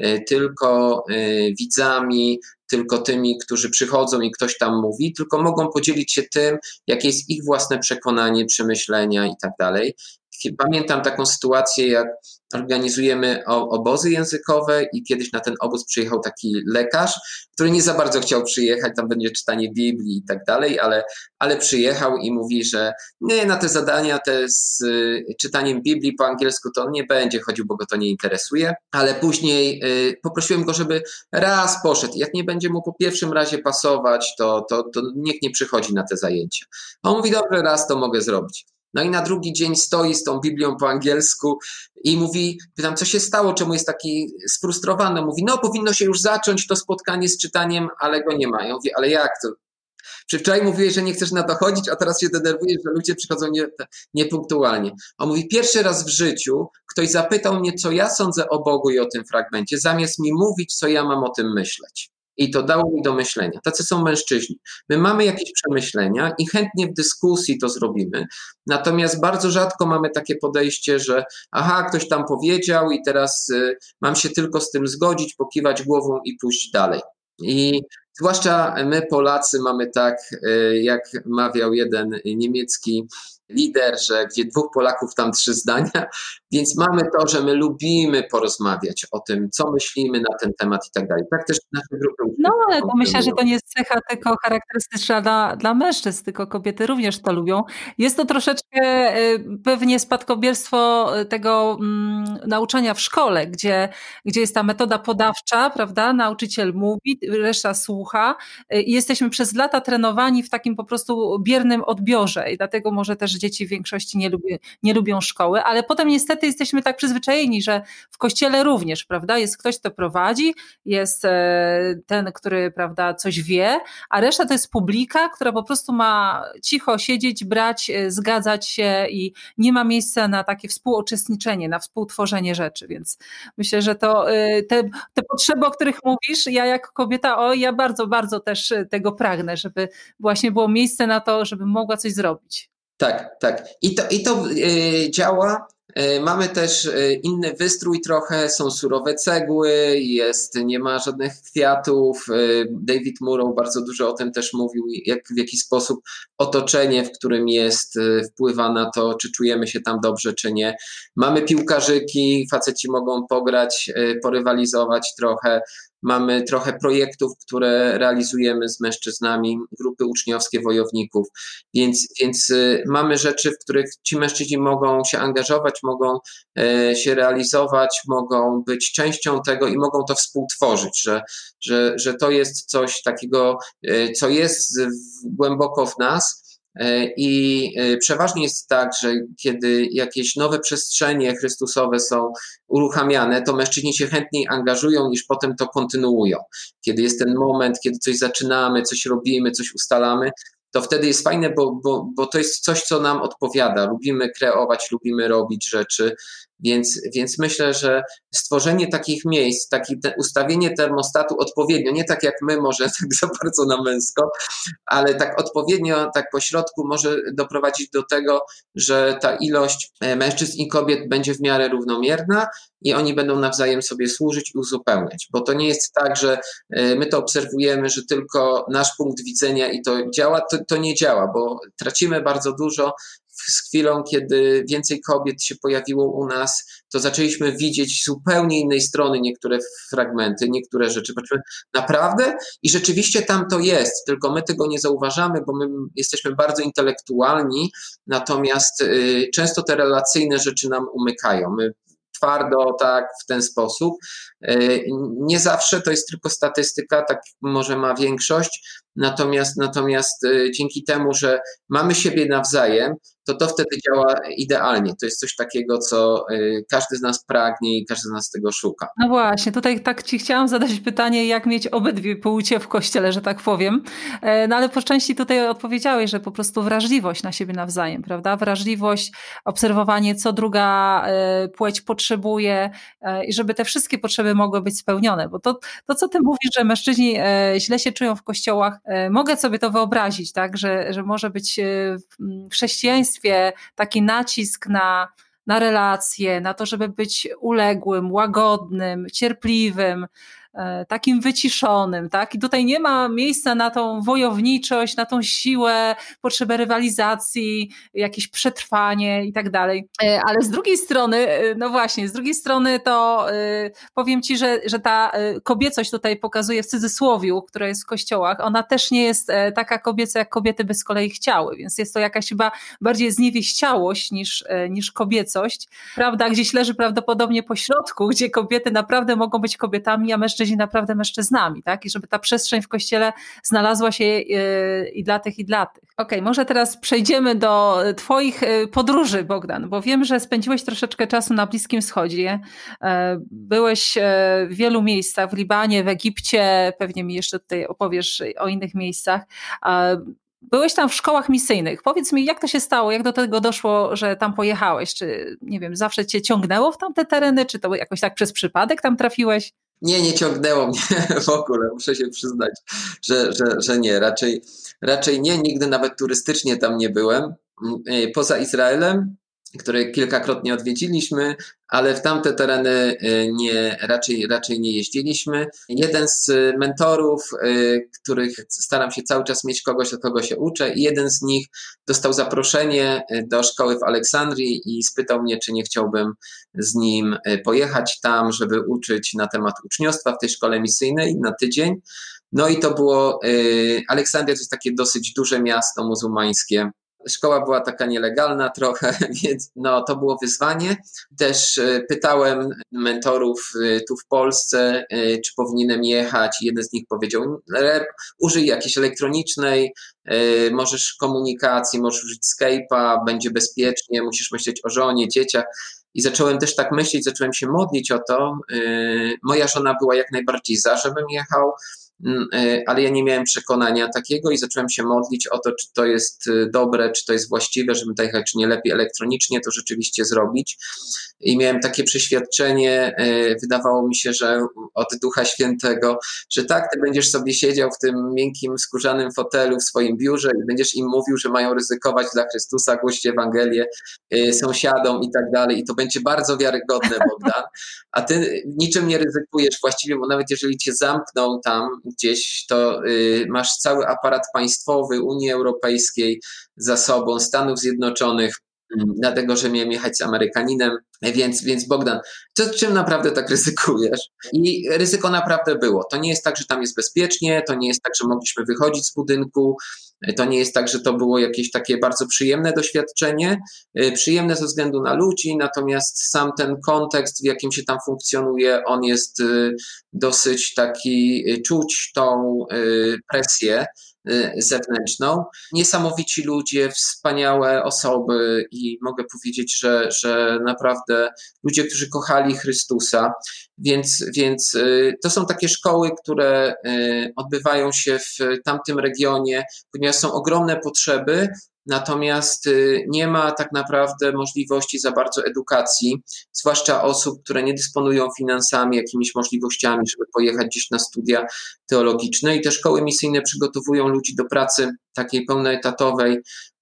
Speaker 3: tylko widzami, tylko tymi, którzy przychodzą i ktoś tam mówi, tylko mogą podzielić się tym, jakie jest ich własne przekonanie, przemyślenia i tak dalej. Pamiętam taką sytuację, jak organizujemy obozy językowe i kiedyś na ten obóz przyjechał taki lekarz, który nie za bardzo chciał przyjechać, tam będzie czytanie Biblii i tak dalej, ale przyjechał i mówi, że nie, na te zadania z czytaniem Biblii po angielsku to on nie będzie chodził, bo go to nie interesuje, ale później poprosiłem go, żeby raz poszedł. Jak nie będzie mu po pierwszym razie pasować, to niech nie przychodzi na te zajęcia. A on mówi, dobrze, raz to mogę zrobić. No i na drugi dzień stoi z tą Biblią po angielsku i mówi, pytam, co się stało, czemu jest taki sfrustrowany? Mówi, no powinno się już zacząć to spotkanie z czytaniem, ale go nie ma. Ja mówię, ale jak to? Wczoraj mówiłeś, że nie chcesz na to chodzić, a teraz się denerwujesz, że ludzie przychodzą niepunktualnie. On mówi, pierwszy raz w życiu ktoś zapytał mnie, co ja sądzę o Bogu i o tym fragmencie, zamiast mi mówić, co ja mam o tym myśleć. I to dało mi do myślenia. Tacy są mężczyźni. My mamy jakieś przemyślenia i chętnie w dyskusji to zrobimy. Natomiast bardzo rzadko mamy takie podejście, że ktoś tam powiedział i teraz mam się tylko z tym zgodzić, pokiwać głową i pójść dalej. I zwłaszcza my Polacy mamy tak, jak mawiał jeden niemiecki lider, że gdzie dwóch Polaków, tam 3 zdania, więc mamy to, że my lubimy porozmawiać o tym, co myślimy na ten temat i tak dalej. Tak też nasze grupy.
Speaker 1: No, ale to myślę, że to nie jest cecha tylko charakterystyczna dla mężczyzn, tylko kobiety również to lubią. Jest to troszeczkę pewnie spadkobierstwo tego nauczania w szkole, gdzie jest ta metoda podawcza, prawda? Nauczyciel mówi, reszta słucha i jesteśmy przez lata trenowani w takim po prostu biernym odbiorze i dlatego może też dzieci w większości nie lubią szkoły, ale potem niestety jesteśmy tak przyzwyczajeni, że w kościele również, prawda? Jest ktoś, kto prowadzi, jest ten, który, prawda, coś wie, a reszta to jest publika, która po prostu ma cicho siedzieć, brać, zgadzać się i nie ma miejsca na takie współuczestniczenie, na współtworzenie rzeczy, więc myślę, że to te potrzeby, o których mówisz, ja jako kobieta, ja bardzo, bardzo też tego pragnę, żeby właśnie było miejsce na to, żebym mogła coś zrobić.
Speaker 3: Tak. I to działa. Mamy też inny wystrój trochę, są surowe cegły, nie ma żadnych kwiatów. David Murrow bardzo dużo o tym też mówił, w jaki sposób otoczenie, w którym jest, wpływa na to, czy czujemy się tam dobrze, czy nie. Mamy piłkarzyki, faceci mogą pograć, porywalizować trochę. Mamy trochę projektów, które realizujemy z mężczyznami, grupy uczniowskie wojowników, więc mamy rzeczy, w których ci mężczyźni mogą się angażować, mogą się realizować, mogą być częścią tego i mogą to współtworzyć, że to jest coś takiego, co jest głęboko w nas. I przeważnie jest tak, że kiedy jakieś nowe przestrzenie chrystusowe są uruchamiane, to mężczyźni się chętniej angażują niż potem to kontynuują. Kiedy jest ten moment, kiedy coś zaczynamy, coś robimy, coś ustalamy, to wtedy jest fajne, bo to jest coś, co nam odpowiada. Lubimy kreować, lubimy robić rzeczy, więc myślę, że stworzenie takich miejsc, ustawienie termostatu odpowiednio, nie tak jak my może tak za bardzo na męsko, ale tak odpowiednio, tak po środku może doprowadzić do tego, że ta ilość mężczyzn i kobiet będzie w miarę równomierna i oni będą nawzajem sobie służyć i uzupełniać, bo to nie jest tak, że my to obserwujemy, że tylko nasz punkt widzenia i to działa, to nie działa, bo tracimy bardzo dużo. Z chwilą, kiedy więcej kobiet się pojawiło u nas, to zaczęliśmy widzieć zupełnie innej strony niektóre fragmenty, niektóre rzeczy. Patrzymy, naprawdę? I rzeczywiście tam to jest, tylko my tego nie zauważamy, bo my jesteśmy bardzo intelektualni, natomiast często te relacyjne rzeczy nam umykają. My twardo, tak, w ten sposób. Nie zawsze to jest tylko statystyka, tak może ma większość, natomiast dzięki temu, że mamy siebie nawzajem, to wtedy działa idealnie. To jest coś takiego, co każdy z nas pragnie i każdy z nas tego szuka.
Speaker 1: No właśnie, tutaj tak ci chciałam zadać pytanie, jak mieć obydwie płcie w kościele, że tak powiem. No ale po części tutaj odpowiedziałeś, że po prostu wrażliwość na siebie nawzajem, prawda? Wrażliwość, obserwowanie, co druga płeć potrzebuje i żeby te wszystkie potrzeby mogły być spełnione. Bo to co ty mówisz, że mężczyźni źle się czują w kościołach, mogę sobie to wyobrazić, tak? Że może być w chrześcijaństwie taki nacisk na relacje, na to, żeby być uległym, łagodnym, cierpliwym, takim wyciszonym, tak? I tutaj nie ma miejsca na tą wojowniczość, na tą siłę, potrzebę rywalizacji, jakieś przetrwanie i tak dalej. Ale z drugiej strony, no właśnie, z drugiej strony to powiem ci, że ta kobiecość tutaj pokazuje w cudzysłowiu, która jest w kościołach, ona też nie jest taka kobieca, jak kobiety by z kolei chciały, więc jest to jakaś chyba bardziej zniewieściałość niż kobiecość. Prawda gdzieś leży prawdopodobnie po środku, gdzie kobiety naprawdę mogą być kobietami, a mężczyźni naprawdę mężczyznami, tak? I żeby ta przestrzeń w kościele znalazła się i dla tych, i dla tych. Okej, może teraz przejdziemy do twoich podróży, Bogdan, bo wiem, że spędziłeś troszeczkę czasu na Bliskim Wschodzie. Byłeś w wielu miejscach, w Libanie, w Egipcie, pewnie mi jeszcze tutaj opowiesz o innych miejscach. Byłeś tam w szkołach misyjnych. Powiedz mi, jak to się stało? Jak do tego doszło, że tam pojechałeś? Czy, nie wiem, zawsze cię ciągnęło w tamte tereny? Czy to jakoś tak przez przypadek tam trafiłeś?
Speaker 3: Nie ciągnęło mnie w ogóle, muszę się przyznać, że nie. Raczej nie, nigdy nawet turystycznie tam nie byłem. Poza Izraelem, które kilkakrotnie odwiedziliśmy, ale w tamte tereny raczej nie jeździliśmy. Jeden z mentorów, których staram się cały czas mieć kogoś, od kogo się uczę, i jeden z nich dostał zaproszenie do szkoły w Aleksandrii i spytał mnie, czy nie chciałbym z nim pojechać tam, żeby uczyć na temat uczniostwa w tej szkole misyjnej na tydzień. No i to było, Aleksandria to jest takie dosyć duże miasto muzułmańskie. Szkoła była taka nielegalna trochę, więc to było wyzwanie. Też pytałem mentorów tu w Polsce, czy powinienem jechać. Jeden z nich powiedział, użyj jakiejś elektronicznej, możesz komunikacji, możesz użyć Skype'a, będzie bezpiecznie, musisz myśleć o żonie, dzieciach. I zacząłem też tak myśleć, zacząłem się modlić o to. Moja żona była jak najbardziej za, żebym jechał, ale ja nie miałem przekonania takiego i zacząłem się modlić o to, czy to jest dobre, czy to jest właściwe, żebym tak jechać, czy nie lepiej elektronicznie to rzeczywiście zrobić. I miałem takie przeświadczenie, wydawało mi się, że od Ducha Świętego, że tak, ty będziesz sobie siedział w tym miękkim, skórzanym fotelu w swoim biurze i będziesz im mówił, że mają ryzykować dla Chrystusa, głosić Ewangelię sąsiadom i tak dalej. I to będzie bardzo wiarygodne, Bogdan. A ty niczym nie ryzykujesz właściwie, bo nawet jeżeli cię zamkną tam gdzieś, to masz cały aparat państwowy Unii Europejskiej za sobą, Stanów Zjednoczonych, dlatego, że miałem jechać z Amerykaninem, więc Bogdan, czym naprawdę tak ryzykujesz? I ryzyko naprawdę było. To nie jest tak, że tam jest bezpiecznie, to nie jest tak, że mogliśmy wychodzić z budynku, to nie jest tak, że to było jakieś takie bardzo przyjemne doświadczenie, przyjemne ze względu na ludzi, natomiast sam ten kontekst, w jakim się tam funkcjonuje, on jest dosyć taki, czuć tą presję zewnętrzną. Niesamowici ludzie, wspaniałe osoby i mogę powiedzieć, że naprawdę ludzie, którzy kochali Chrystusa, więc to są takie szkoły, które odbywają się w tamtym regionie, ponieważ są ogromne potrzeby, natomiast nie ma tak naprawdę możliwości za bardzo edukacji, zwłaszcza osób, które nie dysponują finansami, jakimiś możliwościami, żeby pojechać gdzieś na studia teologiczne i te szkoły misyjne przygotowują ludzi do pracy takiej pełnoetatowej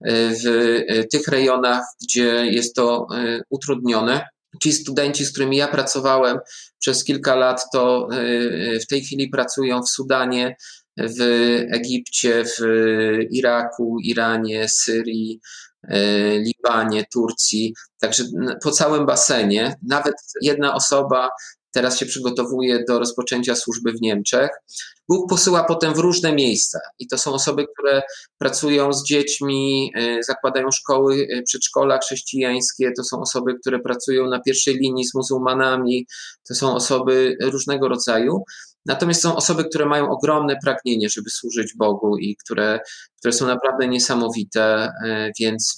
Speaker 3: w tych rejonach, gdzie jest to utrudnione. Ci studenci, z którymi ja pracowałem przez kilka lat, to w tej chwili pracują w Sudanie, w Egipcie, w Iraku, Iranie, Syrii, Libanie, Turcji, także po całym basenie. Nawet jedna osoba teraz się przygotowuje do rozpoczęcia służby w Niemczech. Bóg posyła potem w różne miejsca i to są osoby, które pracują z dziećmi, zakładają szkoły, przedszkola chrześcijańskie, to są osoby, które pracują na pierwszej linii z muzułmanami, to są osoby różnego rodzaju. Natomiast są osoby, które mają ogromne pragnienie, żeby służyć Bogu i które są naprawdę niesamowite, więc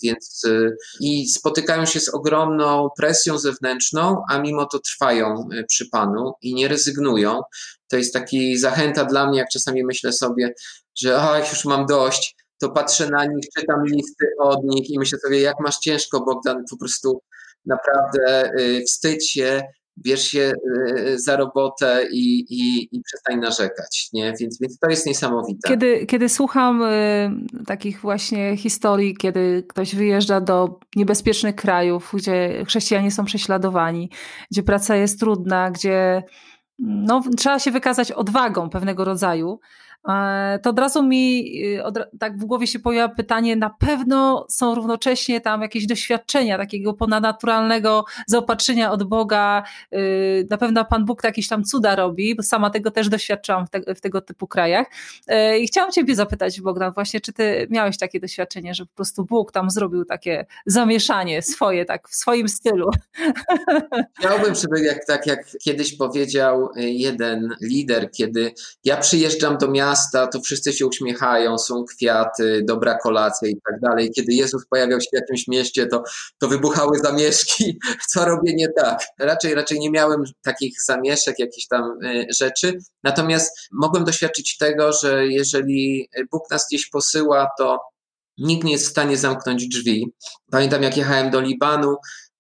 Speaker 3: i spotykają się z ogromną presją zewnętrzną, a mimo to trwają przy Panu i nie rezygnują. To jest taki zachęta dla mnie, jak czasami myślę sobie, że już mam dość, to patrzę na nich, czytam listy od nich i myślę sobie, jak masz ciężko, Bogdan, po prostu naprawdę wstydź się, bierz się za robotę i przestań narzekać, nie? Więc to jest niesamowite.
Speaker 1: Kiedy słucham takich właśnie historii, kiedy ktoś wyjeżdża do niebezpiecznych krajów, gdzie chrześcijanie są prześladowani, gdzie praca jest trudna, gdzie trzeba się wykazać odwagą pewnego rodzaju, to od razu mi tak w głowie się pojawia pytanie, na pewno są równocześnie tam jakieś doświadczenia takiego ponadnaturalnego zaopatrzenia od Boga, na pewno Pan Bóg jakieś tam cuda robi, bo sama tego też doświadczałam w tego typu krajach. I chciałam Ciebie zapytać, Bogdan, właśnie czy Ty miałeś takie doświadczenie, że po prostu Bóg tam zrobił takie zamieszanie swoje, tak w swoim stylu?
Speaker 3: Chciałbym, żeby jak kiedyś powiedział jeden lider, kiedy ja przyjeżdżam do miasta, to wszyscy się uśmiechają, są kwiaty, dobra kolacja i tak dalej. Kiedy Jezus pojawiał się w jakimś mieście, to wybuchały zamieszki. Co robię nie tak? Raczej nie miałem takich zamieszek, jakichś tam rzeczy. Natomiast mogłem doświadczyć tego, że jeżeli Bóg nas gdzieś posyła, to nikt nie jest w stanie zamknąć drzwi. Pamiętam, jak jechałem do Libanu,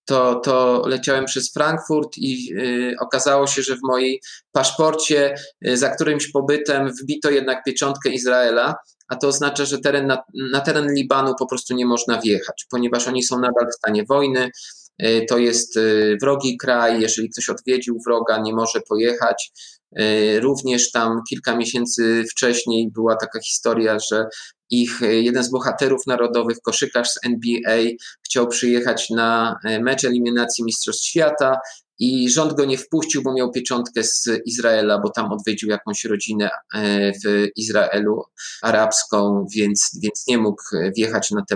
Speaker 3: to leciałem przez Frankfurt i okazało się, że w mojej paszporcie za którymś pobytem wbito jednak pieczątkę Izraela, a to oznacza, że na teren Libanu po prostu nie można wjechać, ponieważ oni są nadal w stanie wojny. To jest wrogi kraj, jeżeli ktoś odwiedził wroga, nie może pojechać. Również tam kilka miesięcy wcześniej była taka historia, że jeden z bohaterów narodowych, koszykarz z NBA, chciał przyjechać na mecz eliminacji Mistrzostw Świata i rząd go nie wpuścił, bo miał pieczątkę z Izraela, bo tam odwiedził jakąś rodzinę w Izraelu arabską, więc nie mógł wjechać na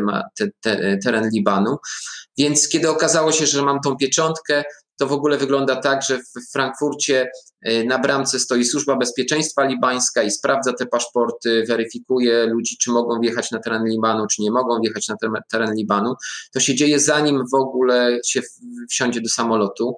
Speaker 3: teren Libanu. Więc kiedy okazało się, że mam tą pieczątkę, to w ogóle wygląda tak, że w Frankfurcie na bramce stoi Służba Bezpieczeństwa Libańska i sprawdza te paszporty, weryfikuje ludzi, czy mogą wjechać na teren Libanu, czy nie mogą wjechać na teren Libanu. To się dzieje, zanim w ogóle się wsiądzie do samolotu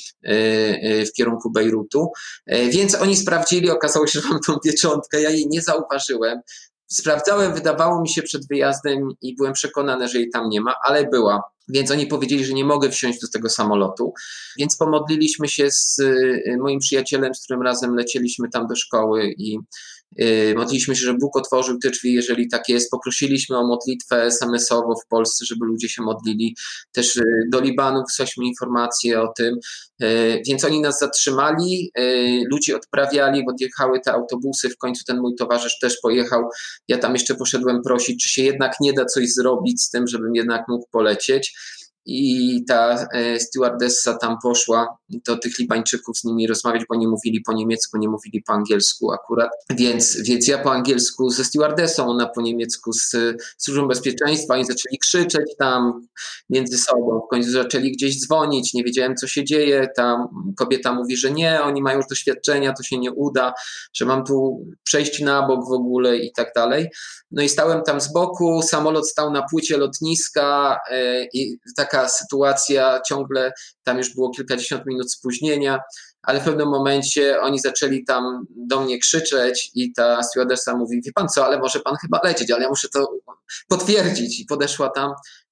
Speaker 3: w kierunku Bejrutu. Więc oni sprawdzili, okazało się, że mam tą pieczątkę, ja jej nie zauważyłem. Sprawdzałem, wydawało mi się przed wyjazdem i byłem przekonany, że jej tam nie ma, ale była. Więc oni powiedzieli, że nie mogę wsiąść do tego samolotu. Więc pomodliliśmy się z moim przyjacielem, z którym razem lecieliśmy tam do szkoły i modliliśmy się, że Bóg otworzył te drzwi, jeżeli tak jest. Poprosiliśmy o modlitwę SMS-owo w Polsce, żeby ludzie się modlili. Też do Libanu wysłaliśmy informacje o tym. Więc oni nas zatrzymali, ludzi odprawiali, odjechały te autobusy, w końcu ten mój towarzysz też pojechał. Ja tam jeszcze poszedłem prosić, czy się jednak nie da coś zrobić z tym, żebym jednak mógł polecieć. I ta stewardessa tam poszła do tych Libańczyków z nimi rozmawiać, bo nie mówili po niemiecku, nie mówili po angielsku akurat. Więc ja po angielsku ze stewardessą, ona po niemiecku z Służbą Bezpieczeństwa. Oni zaczęli krzyczeć tam między sobą, w końcu zaczęli gdzieś dzwonić, nie wiedziałem, co się dzieje. Ta kobieta mówi, że nie, oni mają już doświadczenia, to się nie uda, że mam tu przejść na bok w ogóle i tak dalej. No i stałem tam z boku, samolot stał na płycie lotniska i taka sytuacja, ciągle tam już było kilkadziesiąt minut spóźnienia, ale w pewnym momencie oni zaczęli tam do mnie krzyczeć i ta stewardessa mówi, wie pan co, ale może pan chyba lecieć, ale ja muszę to potwierdzić. I podeszła tam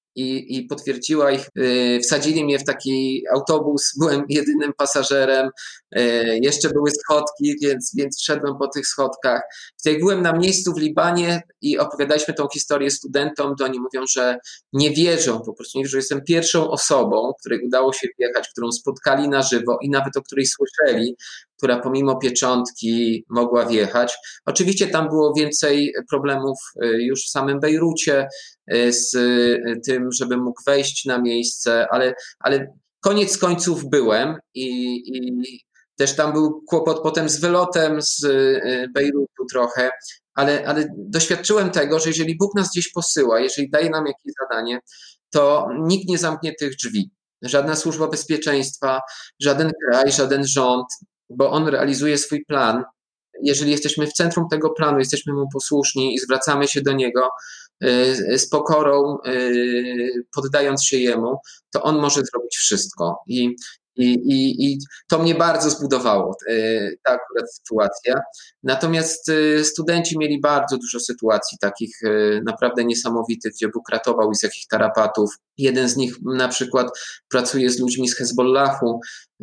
Speaker 3: i potwierdziła ich. Wsadzili mnie w taki autobus, byłem jedynym pasażerem, jeszcze były schodki, więc szedłem po tych schodkach. Jak byłem na miejscu w Libanie i opowiadaliśmy tą historię studentom, to oni mówią, że nie wierzą, po prostu nie wierzą, że jestem pierwszą osobą, której udało się wjechać, którą spotkali na żywo i nawet o której słyszeli, która pomimo pieczątki mogła wjechać. Oczywiście tam było więcej problemów już w samym Bejrucie z tym, żeby mógł wejść na miejsce, ale koniec końców byłem i też tam był kłopot potem z wylotem z Bejrutu trochę, ale doświadczyłem tego, że jeżeli Bóg nas gdzieś posyła, jeżeli daje nam jakieś zadanie, to nikt nie zamknie tych drzwi. Żadna służba bezpieczeństwa, żaden kraj, żaden rząd, bo on realizuje swój plan jeżeli jesteśmy w centrum tego planu, jesteśmy mu posłuszni i zwracamy się do niego z pokorą, poddając się jemu, to on może zrobić wszystko. I to mnie bardzo zbudowało, ta akurat sytuacja. Natomiast studenci mieli bardzo dużo sytuacji takich naprawdę niesamowitych, gdzie Bóg ratował ich z jakichś tarapatów. Jeden z nich na przykład pracuje z ludźmi z Hezbollahu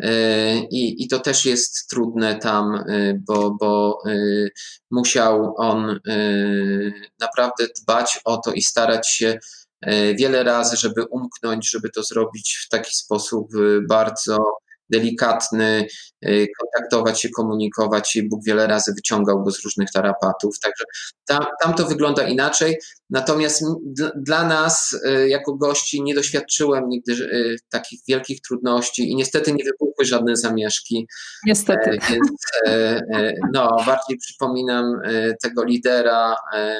Speaker 3: i to też jest trudne tam, bo musiał on naprawdę dbać o to i starać się wiele razy, żeby umknąć, żeby to zrobić w taki sposób bardzo delikatny, kontaktować się, komunikować i Bóg wiele razy wyciągał go z różnych tarapatów. Także tam to wygląda inaczej. Natomiast dla nas jako gości nie doświadczyłem nigdy takich wielkich trudności i niestety nie wybuchły żadne zamieszki.
Speaker 1: Niestety.
Speaker 3: Więc bardziej przypominam tego lidera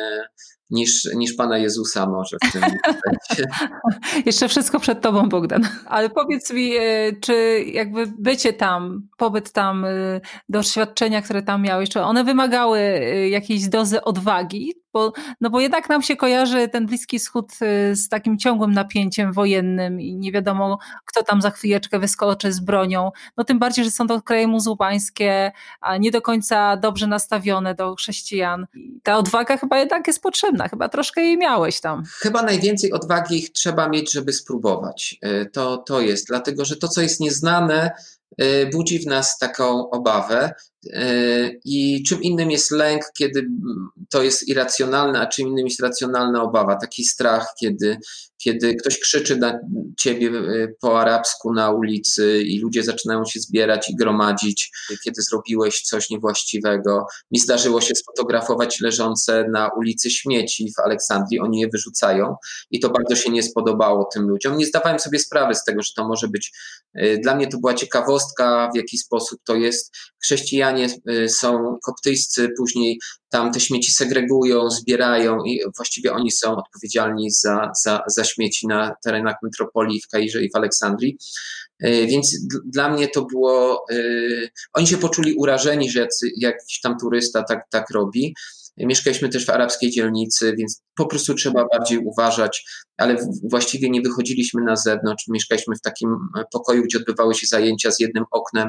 Speaker 3: niż Pana Jezusa może w tym momencie.
Speaker 1: Jeszcze wszystko przed tobą, Bogdan. Ale powiedz mi, czy jakby bycie tam, pobyt tam, doświadczenia, które tam miałeś, czy one wymagały jakiejś dozy odwagi? Bo jednak nam się kojarzy ten Bliski Wschód z takim ciągłym napięciem wojennym i nie wiadomo, kto tam za chwileczkę wyskoczy z bronią. No tym bardziej, że są to kraje muzułmańskie, a nie do końca dobrze nastawione do chrześcijan. Ta odwaga chyba jednak jest potrzebna. Chyba troszkę jej miałeś tam.
Speaker 3: Chyba najwięcej odwagi trzeba mieć, żeby spróbować. To jest, dlatego że to, co jest nieznane, budzi w nas taką obawę. I czym innym jest lęk, kiedy to jest irracjonalne, a czym innym jest racjonalna obawa, taki strach, kiedy ktoś krzyczy na ciebie po arabsku na ulicy i ludzie zaczynają się zbierać i gromadzić, kiedy zrobiłeś coś niewłaściwego. Mi zdarzyło się sfotografować leżące na ulicy śmieci w Aleksandrii, oni je wyrzucają i to bardzo się nie spodobało tym ludziom. Nie zdawałem sobie sprawy z tego, że to może być, dla mnie to była ciekawostka, w jaki sposób to jest. Chrześcijanie są koptyjscy, później tam te śmieci segregują, zbierają i właściwie oni są odpowiedzialni za śmieci na terenach metropolii w Kairze i w Aleksandrii. Więc dla mnie to było, oni się poczuli urażeni, że jakiś tam turysta tak robi. Mieszkaliśmy też w arabskiej dzielnicy, więc po prostu trzeba bardziej uważać, ale właściwie nie wychodziliśmy na zewnątrz. Mieszkaliśmy w takim pokoju, gdzie odbywały się zajęcia z jednym oknem,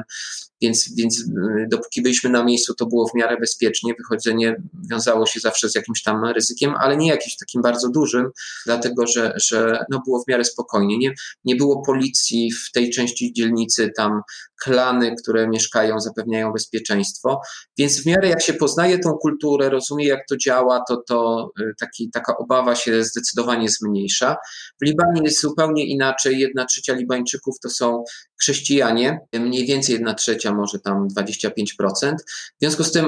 Speaker 3: więc dopóki byliśmy na miejscu, to było w miarę bezpiecznie. Wychodzenie wiązało się zawsze z jakimś tam ryzykiem, ale nie jakimś takim bardzo dużym, dlatego że było w miarę spokojnie. Nie było policji w tej części dzielnicy, tam klany, które mieszkają, zapewniają bezpieczeństwo, więc w miarę jak się poznaje tą kulturę, rozumie jak to działa, to taka obawa się zdecydowanie zmniejsza. W Libanie jest zupełnie inaczej. 1/3 Libańczyków to są chrześcijanie, mniej więcej 1/3, może tam 25%. W związku z tym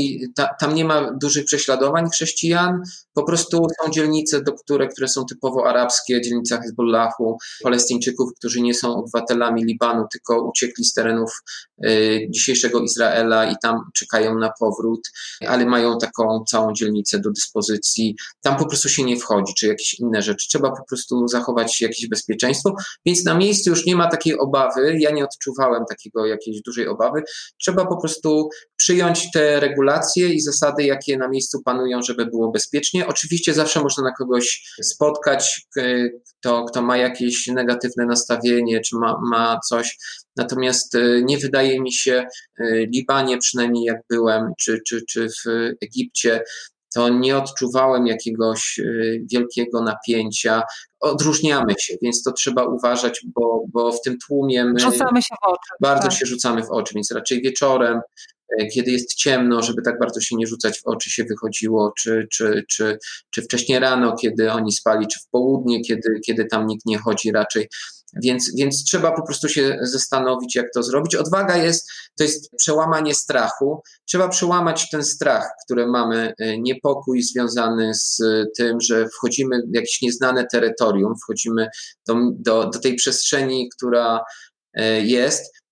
Speaker 3: tam nie ma dużych prześladowań chrześcijan, po prostu są dzielnice, które są typowo arabskie, dzielnica Hezbollahu, Palestyńczyków, którzy nie są obywatelami Libanu, tylko uciekli z terenów dzisiejszego Izraela i tam czekają na powrót, ale mają taką całą dzielnicę do dyspozycji. Tam po prostu się nie wchodzi, czy jakieś inne rzeczy. Trzeba po prostu zachować jakieś bezpieczeństwo, więc na miejscu już nie ma takiej obawy. Ja nie odczuwałem jakiejś dużej obawy. Trzeba po prostu przyjąć te regulacje i zasady, jakie na miejscu panują, żeby było bezpiecznie. Oczywiście zawsze można na kogoś spotkać, kto ma jakieś negatywne nastawienie, czy ma coś. Natomiast nie wydaje mi się, Libanie przynajmniej jak byłem, czy w Egipcie, to nie odczuwałem jakiegoś wielkiego napięcia. Odróżniamy się, więc to trzeba uważać, bo w tym tłumie my
Speaker 1: rzucamy się w oczy.
Speaker 3: Bardzo
Speaker 1: tak.
Speaker 3: się rzucamy w oczy, więc raczej wieczorem, kiedy jest ciemno, żeby tak bardzo się nie rzucać w oczy, się wychodziło, czy wcześnie rano, kiedy oni spali, czy w południe, kiedy tam nikt nie chodzi raczej. Więc trzeba po prostu się zastanowić, jak to zrobić. Odwaga to jest przełamanie strachu. Trzeba przełamać ten strach, który mamy, niepokój związany z tym, że wchodzimy w jakieś nieznane terytorium, wchodzimy do tej przestrzeni, która jest,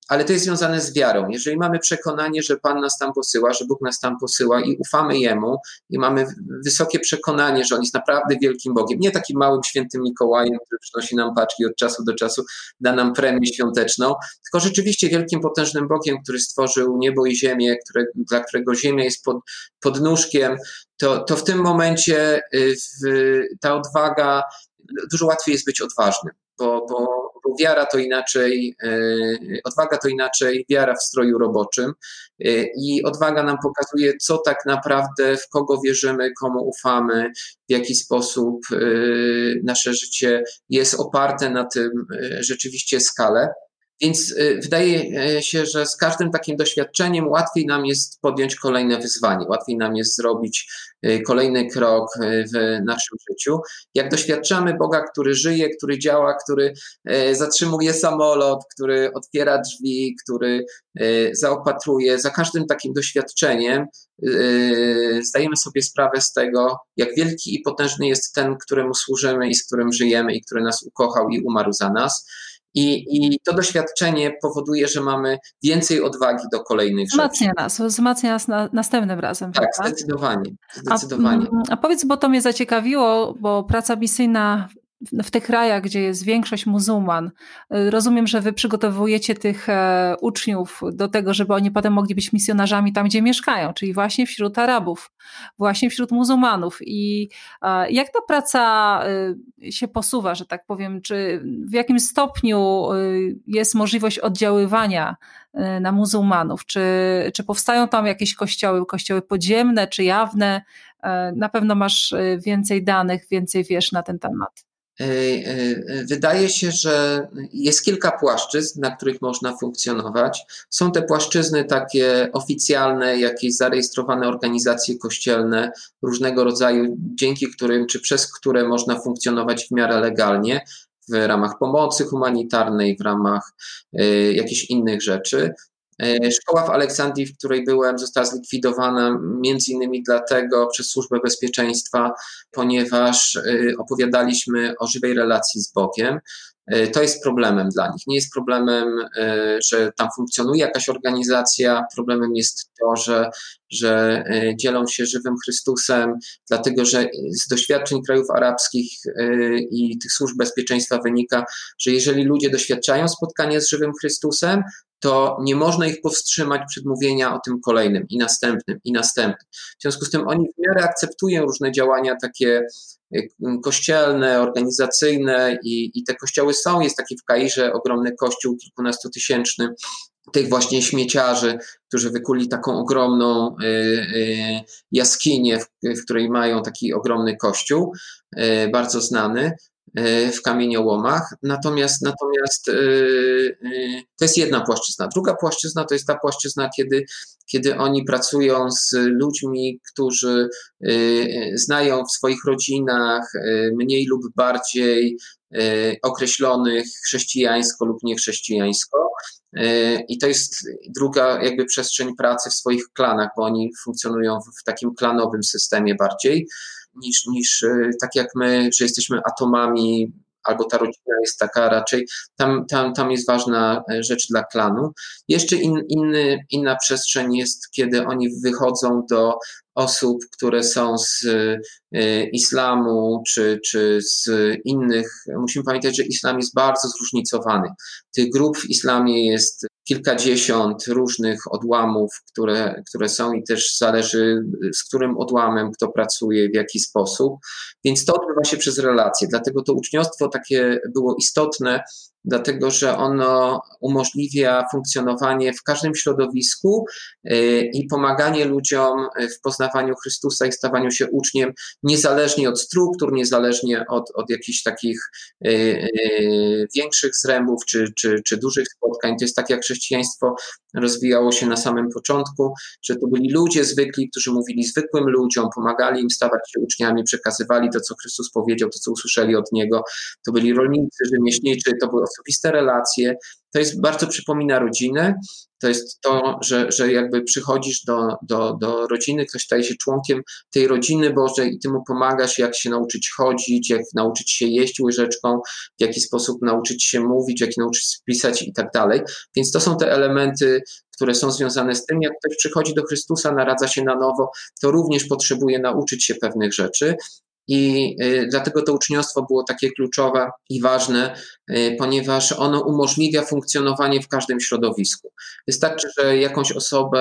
Speaker 3: ale to jest związane z wiarą. Jeżeli mamy przekonanie, że Pan nas tam posyła, że Bóg nas tam posyła i ufamy Jemu i mamy wysokie przekonanie, że On jest naprawdę wielkim Bogiem, nie takim małym świętym Mikołajem, który przynosi nam paczki od czasu do czasu, da nam premię świąteczną, tylko rzeczywiście wielkim, potężnym Bogiem, który stworzył niebo i ziemię, dla którego ziemia jest podnóżkiem, to w tym momencie ta odwaga, dużo łatwiej jest być odważnym, bo wiara to inaczej, odwaga to inaczej, wiara w stroju roboczym i odwaga nam pokazuje, co tak naprawdę, w kogo wierzymy, komu ufamy, w jaki sposób nasze życie jest oparte na tym rzeczywiście skale. Więc wydaje się, że z każdym takim doświadczeniem łatwiej nam jest podjąć kolejne wyzwanie, łatwiej nam jest zrobić kolejny krok w naszym życiu. Jak doświadczamy Boga, który żyje, który działa, który zatrzymuje samolot, który otwiera drzwi, który zaopatruje, za każdym takim doświadczeniem zdajemy sobie sprawę z tego, jak wielki i potężny jest ten, któremu służymy i z którym żyjemy i który nas ukochał i umarł za nas. I to doświadczenie powoduje, że mamy więcej odwagi do kolejnych rzeczy.
Speaker 1: Wzmacnia nas następnym razem.
Speaker 3: Tak,
Speaker 1: prawda?
Speaker 3: zdecydowanie.
Speaker 1: A powiedz, bo to mnie zaciekawiło, bo praca misyjna w tych krajach, gdzie jest większość muzułman, rozumiem, że wy przygotowujecie tych uczniów do tego, żeby oni potem mogli być misjonarzami tam, gdzie mieszkają, czyli właśnie wśród Arabów, właśnie wśród muzułmanów. I jak ta praca się posuwa, że tak powiem, czy w jakim stopniu jest możliwość oddziaływania na muzułmanów? Czy powstają tam jakieś kościoły podziemne czy jawne? Na pewno masz więcej danych, więcej wiesz na ten temat.
Speaker 3: Wydaje się, że jest kilka płaszczyzn, na których można funkcjonować. Są te płaszczyzny takie oficjalne, jakieś zarejestrowane organizacje kościelne różnego rodzaju, dzięki którym czy przez które można funkcjonować w miarę legalnie w ramach pomocy humanitarnej, w ramach jakichś innych rzeczy. Szkoła w Aleksandrii, w której byłem, została zlikwidowana między innymi dlatego przez Służbę Bezpieczeństwa, ponieważ opowiadaliśmy o żywej relacji z Bogiem. To jest problemem dla nich. Nie jest problemem, że tam funkcjonuje jakaś organizacja. Problemem jest to, że dzielą się żywym Chrystusem, dlatego że z doświadczeń krajów arabskich i tych służb bezpieczeństwa wynika, że jeżeli ludzie doświadczają spotkania z żywym Chrystusem, to nie można ich powstrzymać przed mówienia o tym kolejnym i następnym i następnym. W związku z tym oni w miarę akceptują różne działania takie kościelne, organizacyjne i te kościoły są. Jest taki w Kairze ogromny kościół kilkunastotysięczny tych właśnie śmieciarzy, którzy wykuli taką ogromną jaskinię, w której mają taki ogromny kościół, bardzo znany w kamieniołomach. Natomiast to jest jedna płaszczyzna. Druga płaszczyzna to jest ta płaszczyzna, kiedy oni pracują z ludźmi, którzy znają w swoich rodzinach mniej lub bardziej określonych chrześcijańsko lub niechrześcijańsko. I to jest druga jakby przestrzeń pracy w swoich klanach, bo oni funkcjonują w takim klanowym systemie bardziej niż tak jak my, że jesteśmy atomami, albo ta rodzina jest taka raczej, tam jest ważna rzecz dla klanu. Jeszcze inna przestrzeń jest, kiedy oni wychodzą do osób, które są z islamu czy z innych. Musimy pamiętać, że islam jest bardzo zróżnicowany. Tych grup w islamie jest kilkadziesiąt różnych odłamów, które są i też zależy, z którym odłamem kto pracuje, w jaki sposób. Więc to odbywa się przez relacje. Dlatego to uczniostwo takie było istotne, dlatego że ono umożliwia funkcjonowanie w każdym środowisku i pomaganie ludziom w poznawaniu Chrystusa i stawaniu się uczniem, niezależnie od struktur, niezależnie od jakichś takich większych zrębów czy dużych spotkań. To jest tak, jak chrześcijaństwo rozwijało się na samym początku, że to byli ludzie zwykli, którzy mówili zwykłym ludziom, pomagali im stawać się uczniami, przekazywali to, co Chrystus powiedział, to, co usłyszeli od Niego. To byli rolnicy, rzemieślnicy, to były osobiste relacje. To bardzo przypomina rodzinę To jest to, że jakby przychodzisz do rodziny, ktoś staje się członkiem tej rodziny Bożej i ty mu pomagasz, jak się nauczyć chodzić, jak nauczyć się jeść łyżeczką, w jaki sposób nauczyć się mówić, jak nauczyć się pisać i tak dalej. Więc to są te elementy, które są związane z tym, jak ktoś przychodzi do Chrystusa, naradza się na nowo, to również potrzebuje nauczyć się pewnych rzeczy. I dlatego to uczniostwo było takie kluczowe i ważne, ponieważ ono umożliwia funkcjonowanie w każdym środowisku. Wystarczy, że jakąś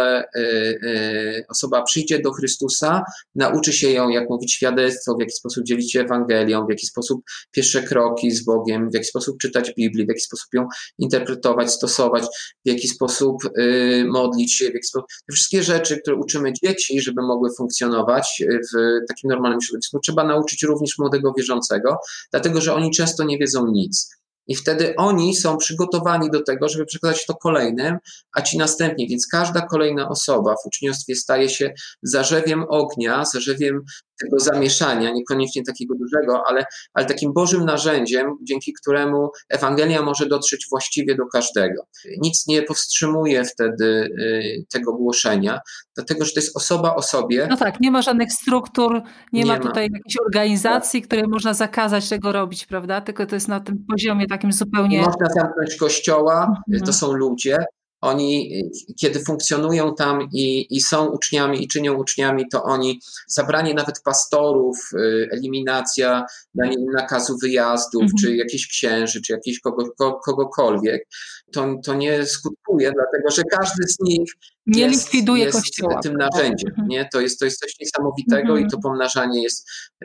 Speaker 3: osoba przyjdzie do Chrystusa, nauczy się ją, jak mówić świadectwo, w jaki sposób dzielić się Ewangelią, w jaki sposób pierwsze kroki z Bogiem, w jaki sposób czytać Biblię, w jaki sposób ją interpretować, stosować, w jaki sposób modlić się, w jaki sposób... Te wszystkie rzeczy, które uczymy dzieci, żeby mogły funkcjonować w takim normalnym środowisku, trzeba nauczyć również młodego wierzącego, dlatego że oni często nie wiedzą nic. I wtedy oni są przygotowani do tego, żeby przekazać to kolejnym, a ci następni. Więc każda kolejna osoba w uczniostwie staje się zarzewiem ognia, zarzewiem tego zamieszania, niekoniecznie takiego dużego, ale takim Bożym narzędziem, dzięki któremu Ewangelia może dotrzeć właściwie do każdego. Nic nie powstrzymuje wtedy tego głoszenia, dlatego że to jest osoba osobie.
Speaker 1: No tak, nie ma żadnych struktur, nie ma tutaj jakiejś organizacji, której można zakazać tego robić, prawda? Tylko to jest na tym poziomie takim zupełnie...
Speaker 3: Nie można zamknąć kościoła, to są ludzie. Oni, kiedy funkcjonują tam i są uczniami i czynią uczniami, to oni, zabranie nawet pastorów, eliminacja, danie im nakazu wyjazdów, czy jakichś księży, czy jakichś kogokolwiek, to nie skutkuje, dlatego że każdy z nich
Speaker 1: nie likwiduje kościoła,
Speaker 3: tym narzędziem. Nie? To jest coś niesamowitego i to pomnażanie jest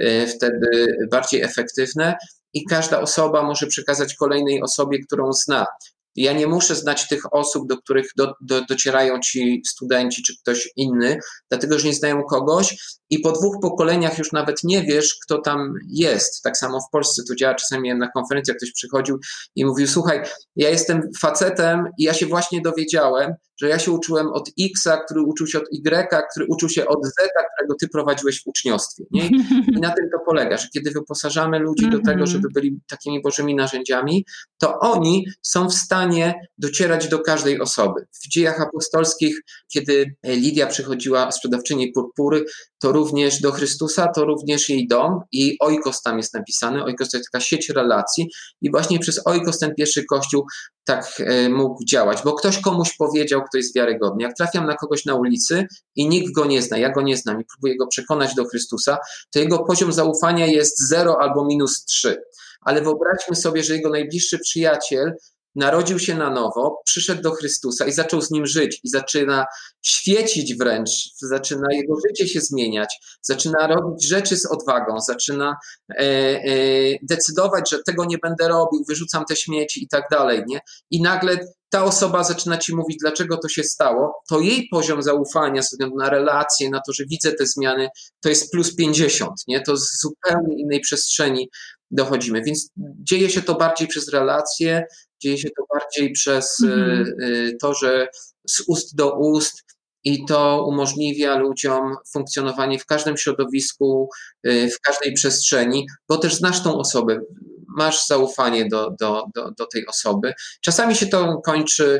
Speaker 3: wtedy bardziej efektywne i każda osoba może przekazać kolejnej osobie, którą zna. Ja nie muszę znać tych osób, do których docierają ci studenci czy ktoś inny, dlatego że nie znają kogoś i po 2 pokoleniach już nawet nie wiesz, kto tam jest. Tak samo w Polsce to działa. Czasami na konferencjach ktoś przychodził i mówił, słuchaj, ja jestem facetem i ja się właśnie dowiedziałem, że ja się uczyłem od X-a, który uczył się od Y-a, który uczył się od Z-a, którego ty prowadziłeś w uczniostwie. Nie? I na tym to polega, że kiedy wyposażamy ludzi do tego, żeby byli takimi Bożymi narzędziami, to oni są w stanie docierać do każdej osoby. W Dziejach Apostolskich, kiedy Lidia przychodziła, sprzedawczyni purpury, to również do Chrystusa, to również jej dom i oikos tam jest napisane. Oikos to jest taka sieć relacji i właśnie przez oikos ten pierwszy kościół tak mógł działać, bo ktoś komuś powiedział, kto jest wiarygodny. Jak trafiam na kogoś na ulicy i nikt go nie zna, ja go nie znam i próbuję go przekonać do Chrystusa, to jego poziom zaufania jest 0 albo -3. Ale wyobraźmy sobie, że jego najbliższy przyjaciel narodził się na nowo, przyszedł do Chrystusa i zaczął z nim żyć i zaczyna świecić wręcz, zaczyna jego życie się zmieniać, zaczyna robić rzeczy z odwagą, zaczyna decydować, że tego nie będę robił, wyrzucam te śmieci i tak dalej, nie? I nagle ta osoba zaczyna ci mówić, dlaczego to się stało, to jej poziom zaufania ze względu na relacje, na to, że widzę te zmiany, to jest +50, nie? To z zupełnie innej przestrzeni dochodzimy, więc dzieje się to bardziej przez relacje, dzieje się to bardziej przez to, że z ust do ust i to umożliwia ludziom funkcjonowanie w każdym środowisku, w każdej przestrzeni, bo też znasz tą osobę, masz zaufanie do tej osoby. Czasami się to kończy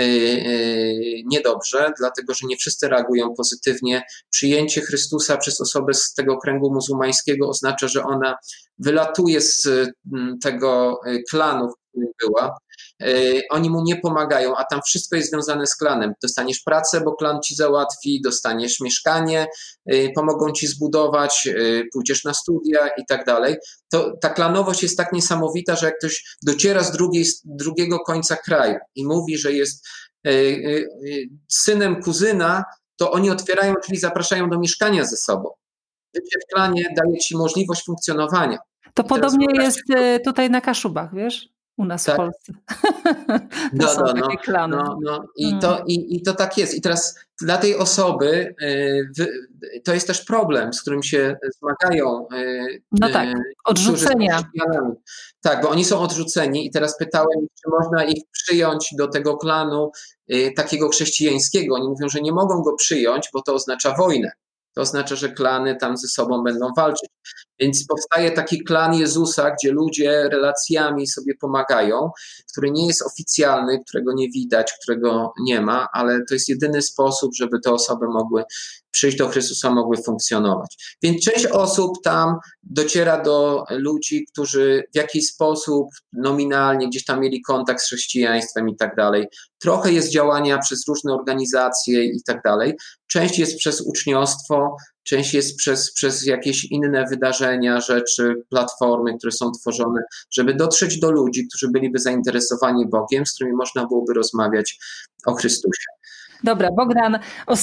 Speaker 3: niedobrze, dlatego że nie wszyscy reagują pozytywnie. Przyjęcie Chrystusa przez osobę z tego kręgu muzułmańskiego oznacza, że ona wylatuje z tego klanu, w którym była. Oni mu nie pomagają, a tam wszystko jest związane z klanem. Dostaniesz pracę, bo klan ci załatwi, dostaniesz mieszkanie, pomogą ci zbudować, pójdziesz na studia i tak dalej. Ta klanowość jest tak niesamowita, że jak ktoś dociera z drugiego końca kraju i mówi, że jest synem kuzyna, to oni otwierają drzwi, zapraszają do mieszkania ze sobą. Bycie w klanie daje ci możliwość funkcjonowania.
Speaker 1: To podobnie jest tutaj na Kaszubach, wiesz? U nas w Polsce. Są takie klany.
Speaker 3: I to tak jest. I teraz dla tej osoby to jest też problem, z którym się zmagają.
Speaker 1: Odrzucenia.
Speaker 3: Tak, bo oni są odrzuceni i teraz pytałem, czy można ich przyjąć do tego klanu takiego chrześcijańskiego. Oni mówią, że nie mogą go przyjąć, bo to oznacza wojnę. To oznacza, że klany tam ze sobą będą walczyć. Więc powstaje taki klan Jezusa, gdzie ludzie relacjami sobie pomagają, który nie jest oficjalny, którego nie widać, którego nie ma, ale to jest jedyny sposób, żeby te osoby mogły przyjść do Chrystusa, mogły funkcjonować. Więc część osób tam dociera do ludzi, którzy w jakiś sposób nominalnie gdzieś tam mieli kontakt z chrześcijaństwem i tak dalej. Trochę jest działania przez różne organizacje i tak dalej. Część jest przez uczniostwo, część jest przez jakieś inne wydarzenia, rzeczy, platformy, które są tworzone, żeby dotrzeć do ludzi, którzy byliby zainteresowani Bogiem, z którymi można byłoby rozmawiać o Chrystusie.
Speaker 1: Dobra, Bogdan,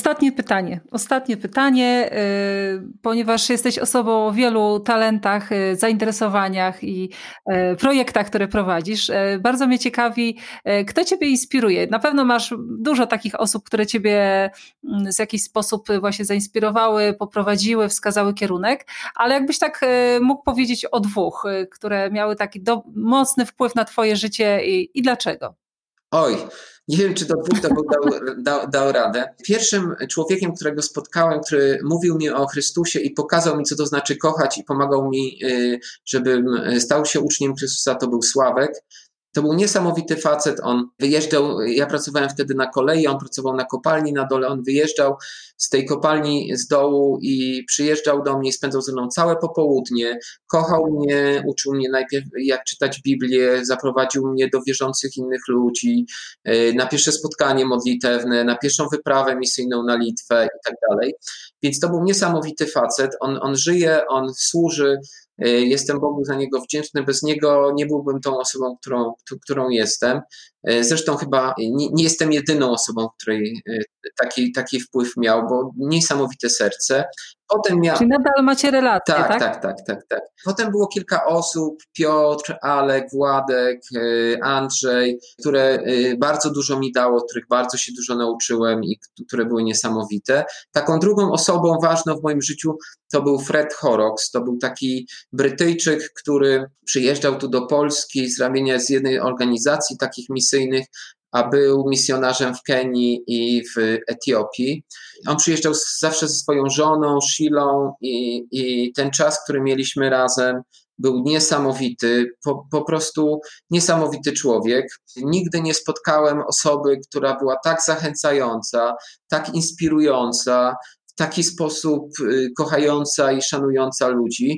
Speaker 1: ostatnie pytanie, ponieważ jesteś osobą o wielu talentach, zainteresowaniach i projektach, które prowadzisz. Bardzo mnie ciekawi, kto ciebie inspiruje. Na pewno masz dużo takich osób, które ciebie w jakiś sposób właśnie zainspirowały, poprowadziły, wskazały kierunek, ale jakbyś tak mógł powiedzieć o dwóch, które miały taki mocny wpływ na twoje życie i dlaczego?
Speaker 3: Oj, nie wiem, czy do dwóch to dał radę. Pierwszym człowiekiem, którego spotkałem, który mówił mi o Chrystusie i pokazał mi, co to znaczy kochać i pomagał mi, żebym stał się uczniem Chrystusa, to był Sławek. To był niesamowity facet, on wyjeżdżał, ja pracowałem wtedy na kolei, on pracował na kopalni na dole, on wyjeżdżał z tej kopalni z dołu i przyjeżdżał do mnie i spędzał ze mną całe popołudnie, kochał mnie, uczył mnie najpierw jak czytać Biblię, zaprowadził mnie do wierzących innych ludzi, na pierwsze spotkanie modlitewne, na pierwszą wyprawę misyjną na Litwę i tak dalej. Więc to był niesamowity facet, on żyje, on służy. Jestem Bogu za niego wdzięczny. Bez niego nie byłbym tą osobą, którą jestem. Zresztą chyba nie jestem jedyną osobą, której taki wpływ miał, bo niesamowite serce.
Speaker 1: Czyli nadal macie relacje, tak?
Speaker 3: Tak. Potem było kilka osób, Piotr, Alek, Władek, Andrzej, które bardzo dużo mi dało, których bardzo się dużo nauczyłem i które były niesamowite. Taką drugą osobą ważną w moim życiu to był Fred Horrocks. To był taki Brytyjczyk, który przyjeżdżał tu do Polski z ramienia z jednej organizacji takich misyjnych, a był misjonarzem w Kenii i w Etiopii. On przyjeżdżał zawsze ze swoją żoną, Shilą i ten czas, który mieliśmy razem, był niesamowity, po prostu niesamowity człowiek. Nigdy nie spotkałem osoby, która była tak zachęcająca, tak inspirująca, w taki sposób kochająca i szanująca ludzi.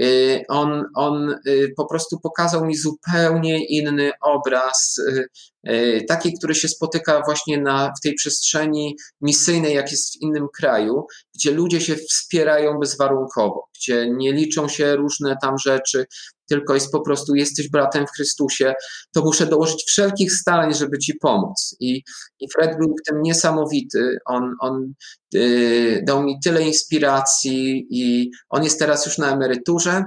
Speaker 3: On po prostu pokazał mi zupełnie inny obraz, taki, który się spotyka właśnie w tej przestrzeni misyjnej, jak jest w innym kraju, gdzie ludzie się wspierają bezwarunkowo, gdzie nie liczą się różne tam rzeczy, tylko jest po prostu jesteś bratem w Chrystusie, to muszę dołożyć wszelkich starań, żeby ci pomóc. I Fred był w tym niesamowity. On dał mi tyle inspiracji i on jest teraz już na emeryturze,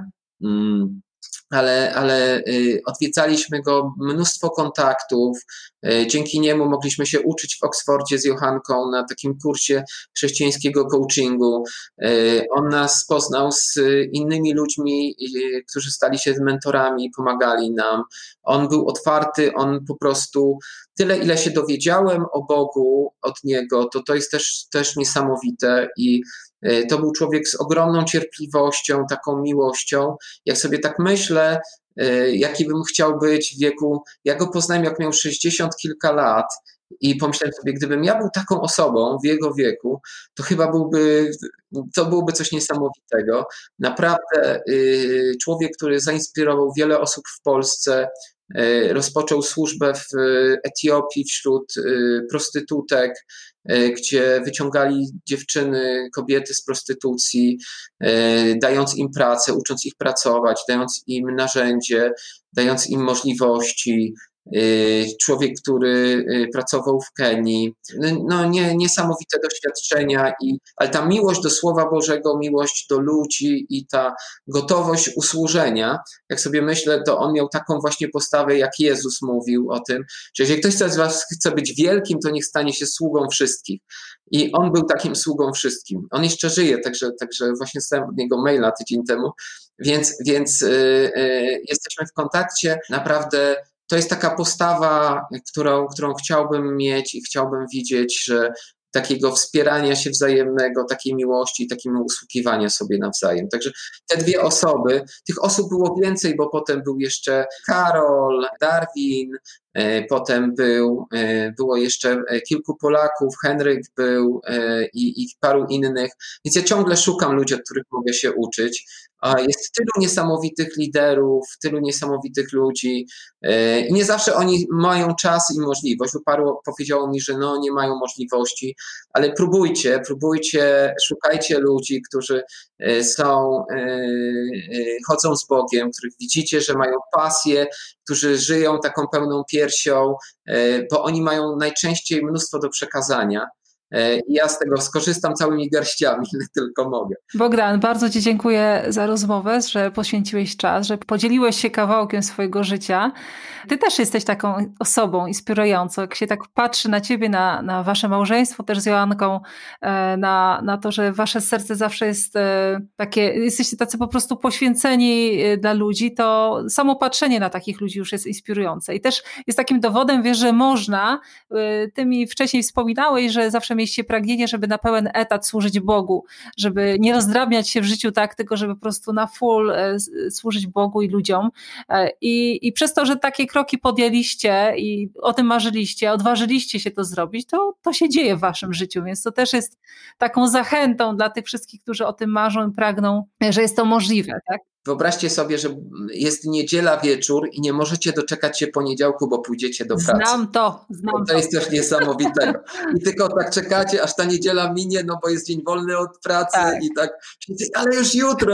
Speaker 3: ale odwiedzaliśmy go, mnóstwo kontaktów. Dzięki niemu mogliśmy się uczyć w Oksfordzie z Johanką na takim kursie chrześcijańskiego coachingu. On nas poznał z innymi ludźmi, którzy stali się mentorami i pomagali nam. On był otwarty, on po prostu tyle, ile się dowiedziałem o Bogu od niego, to jest też niesamowite i to był człowiek z ogromną cierpliwością, taką miłością. Jak sobie tak myślę, jaki bym chciał być w wieku, ja go poznałem jak miał 60 kilka lat i pomyślałem sobie, gdybym ja był taką osobą w jego wieku, to chyba byłby coś niesamowitego. Naprawdę człowiek, który zainspirował wiele osób w Polsce, rozpoczął służbę w Etiopii wśród prostytutek, gdzie wyciągali dziewczyny, kobiety z prostytucji, dając im pracę, ucząc ich pracować, dając im narzędzie, dając im możliwości. Człowiek, który pracował w Kenii. Niesamowite doświadczenia, ale ta miłość do Słowa Bożego, miłość do ludzi i ta gotowość usłużenia, jak sobie myślę, to on miał taką właśnie postawę, jak Jezus mówił o tym, że jeżeli ktoś z was chce być wielkim, to niech stanie się sługą wszystkich. I on był takim sługą wszystkim. On jeszcze żyje, także właśnie dostałem od niego maila tydzień temu, więc jesteśmy w kontakcie. Naprawdę to jest taka postawa, którą chciałbym mieć i chciałbym widzieć, że takiego wspierania się wzajemnego, takiej miłości, takiego usługiwania sobie nawzajem. Także te dwie osoby, tych osób było więcej, bo potem był jeszcze Karol, Darwin, potem było jeszcze kilku Polaków, Henryk był i paru innych, więc ja ciągle szukam ludzi, od których mogę się uczyć. Jest tylu niesamowitych liderów, tylu niesamowitych ludzi i nie zawsze oni mają czas i możliwość, bo paru powiedziało mi, że nie mają możliwości, ale próbujcie, szukajcie ludzi, którzy chodzą z Bogiem, których widzicie, że mają pasję, którzy żyją taką pełną piersią, bo oni mają najczęściej mnóstwo do przekazania. I ja z tego skorzystam całymi garściami, ile tylko mogę.
Speaker 1: Bogdan, bardzo Ci dziękuję za rozmowę, że poświęciłeś czas, że podzieliłeś się kawałkiem swojego życia. Ty też jesteś taką osobą inspirującą. Jak się tak patrzy na Ciebie, na Wasze małżeństwo też z Joanką, na to, że Wasze serce zawsze jest takie, jesteście tacy po prostu poświęceni dla ludzi, to samo patrzenie na takich ludzi już jest inspirujące. I też jest takim dowodem, wiesz, że można. Ty mi wcześniej wspominałeś, że zawsze mieliście pragnienie, żeby na pełen etat służyć Bogu, żeby nie rozdrabniać się w życiu tak, tylko żeby po prostu na full służyć Bogu i ludziom. I przez to, że takie kroki podjęliście i o tym marzyliście, odważyliście się to zrobić, to się dzieje w waszym życiu, więc to też jest taką zachętą dla tych wszystkich, którzy o tym marzą i pragną, że jest to możliwe, tak?
Speaker 3: Wyobraźcie sobie, że jest niedziela wieczór i nie możecie doczekać się poniedziałku, bo pójdziecie do pracy.
Speaker 1: Znam to.
Speaker 3: To jest coś niesamowitego. I tylko tak czekacie, aż ta niedziela minie, bo jest dzień wolny od pracy i tak, ale już jutro.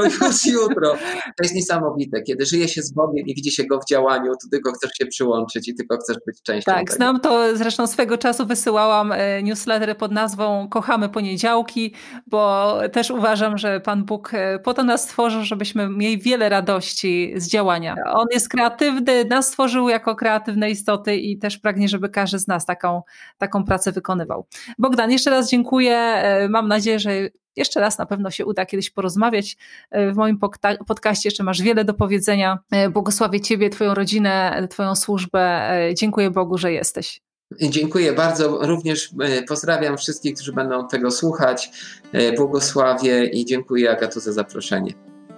Speaker 3: To jest niesamowite, kiedy żyje się z Bogiem i widzi się Go w działaniu, to tylko chcesz się przyłączyć i tylko chcesz być częścią tego.
Speaker 1: Znam to, zresztą swego czasu wysyłałam newsletter pod nazwą Kochamy Poniedziałki, bo też uważam, że Pan Bóg po to nas stworzył, żebyśmy mieli wiele radości z działania. On jest kreatywny, nas stworzył jako kreatywne istoty i też pragnie, żeby każdy z nas taką pracę wykonywał. Bogdan, jeszcze raz dziękuję. Mam nadzieję, że jeszcze raz na pewno się uda kiedyś porozmawiać. W moim podcaście jeszcze masz wiele do powiedzenia. Błogosławię Ciebie, Twoją rodzinę, Twoją służbę. Dziękuję Bogu, że jesteś.
Speaker 3: Dziękuję bardzo. Również pozdrawiam wszystkich, którzy będą tego słuchać. Błogosławię i dziękuję, Agato, za zaproszenie.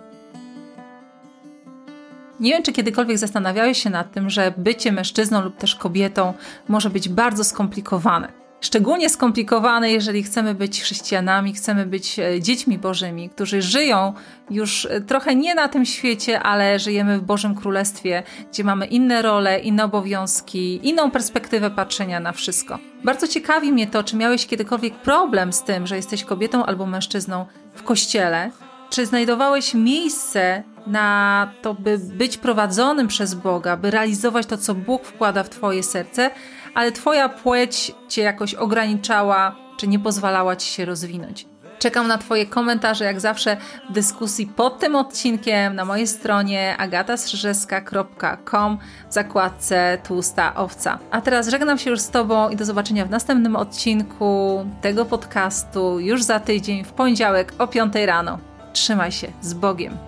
Speaker 1: Nie wiem, czy kiedykolwiek zastanawiałeś się nad tym, że bycie mężczyzną lub też kobietą może być bardzo skomplikowane. Szczególnie skomplikowane, jeżeli chcemy być chrześcijanami, chcemy być dziećmi Bożymi, którzy żyją już trochę nie na tym świecie, ale żyjemy w Bożym Królestwie, gdzie mamy inne role, inne obowiązki, inną perspektywę patrzenia na wszystko. Bardzo ciekawi mnie to, czy miałeś kiedykolwiek problem z tym, że jesteś kobietą albo mężczyzną w kościele, czy znajdowałeś miejsce na to, by być prowadzonym przez Boga, by realizować to, co Bóg wkłada w Twoje serce, ale Twoja płeć Cię jakoś ograniczała, czy nie pozwalała Ci się rozwinąć. Czekam na Twoje komentarze, jak zawsze w dyskusji pod tym odcinkiem na mojej stronie agatastrzyżewska.com w zakładce Tłusta Owca. A teraz żegnam się już z Tobą i do zobaczenia w następnym odcinku tego podcastu już za tydzień, w poniedziałek o 5 rano. Trzymaj się, z Bogiem.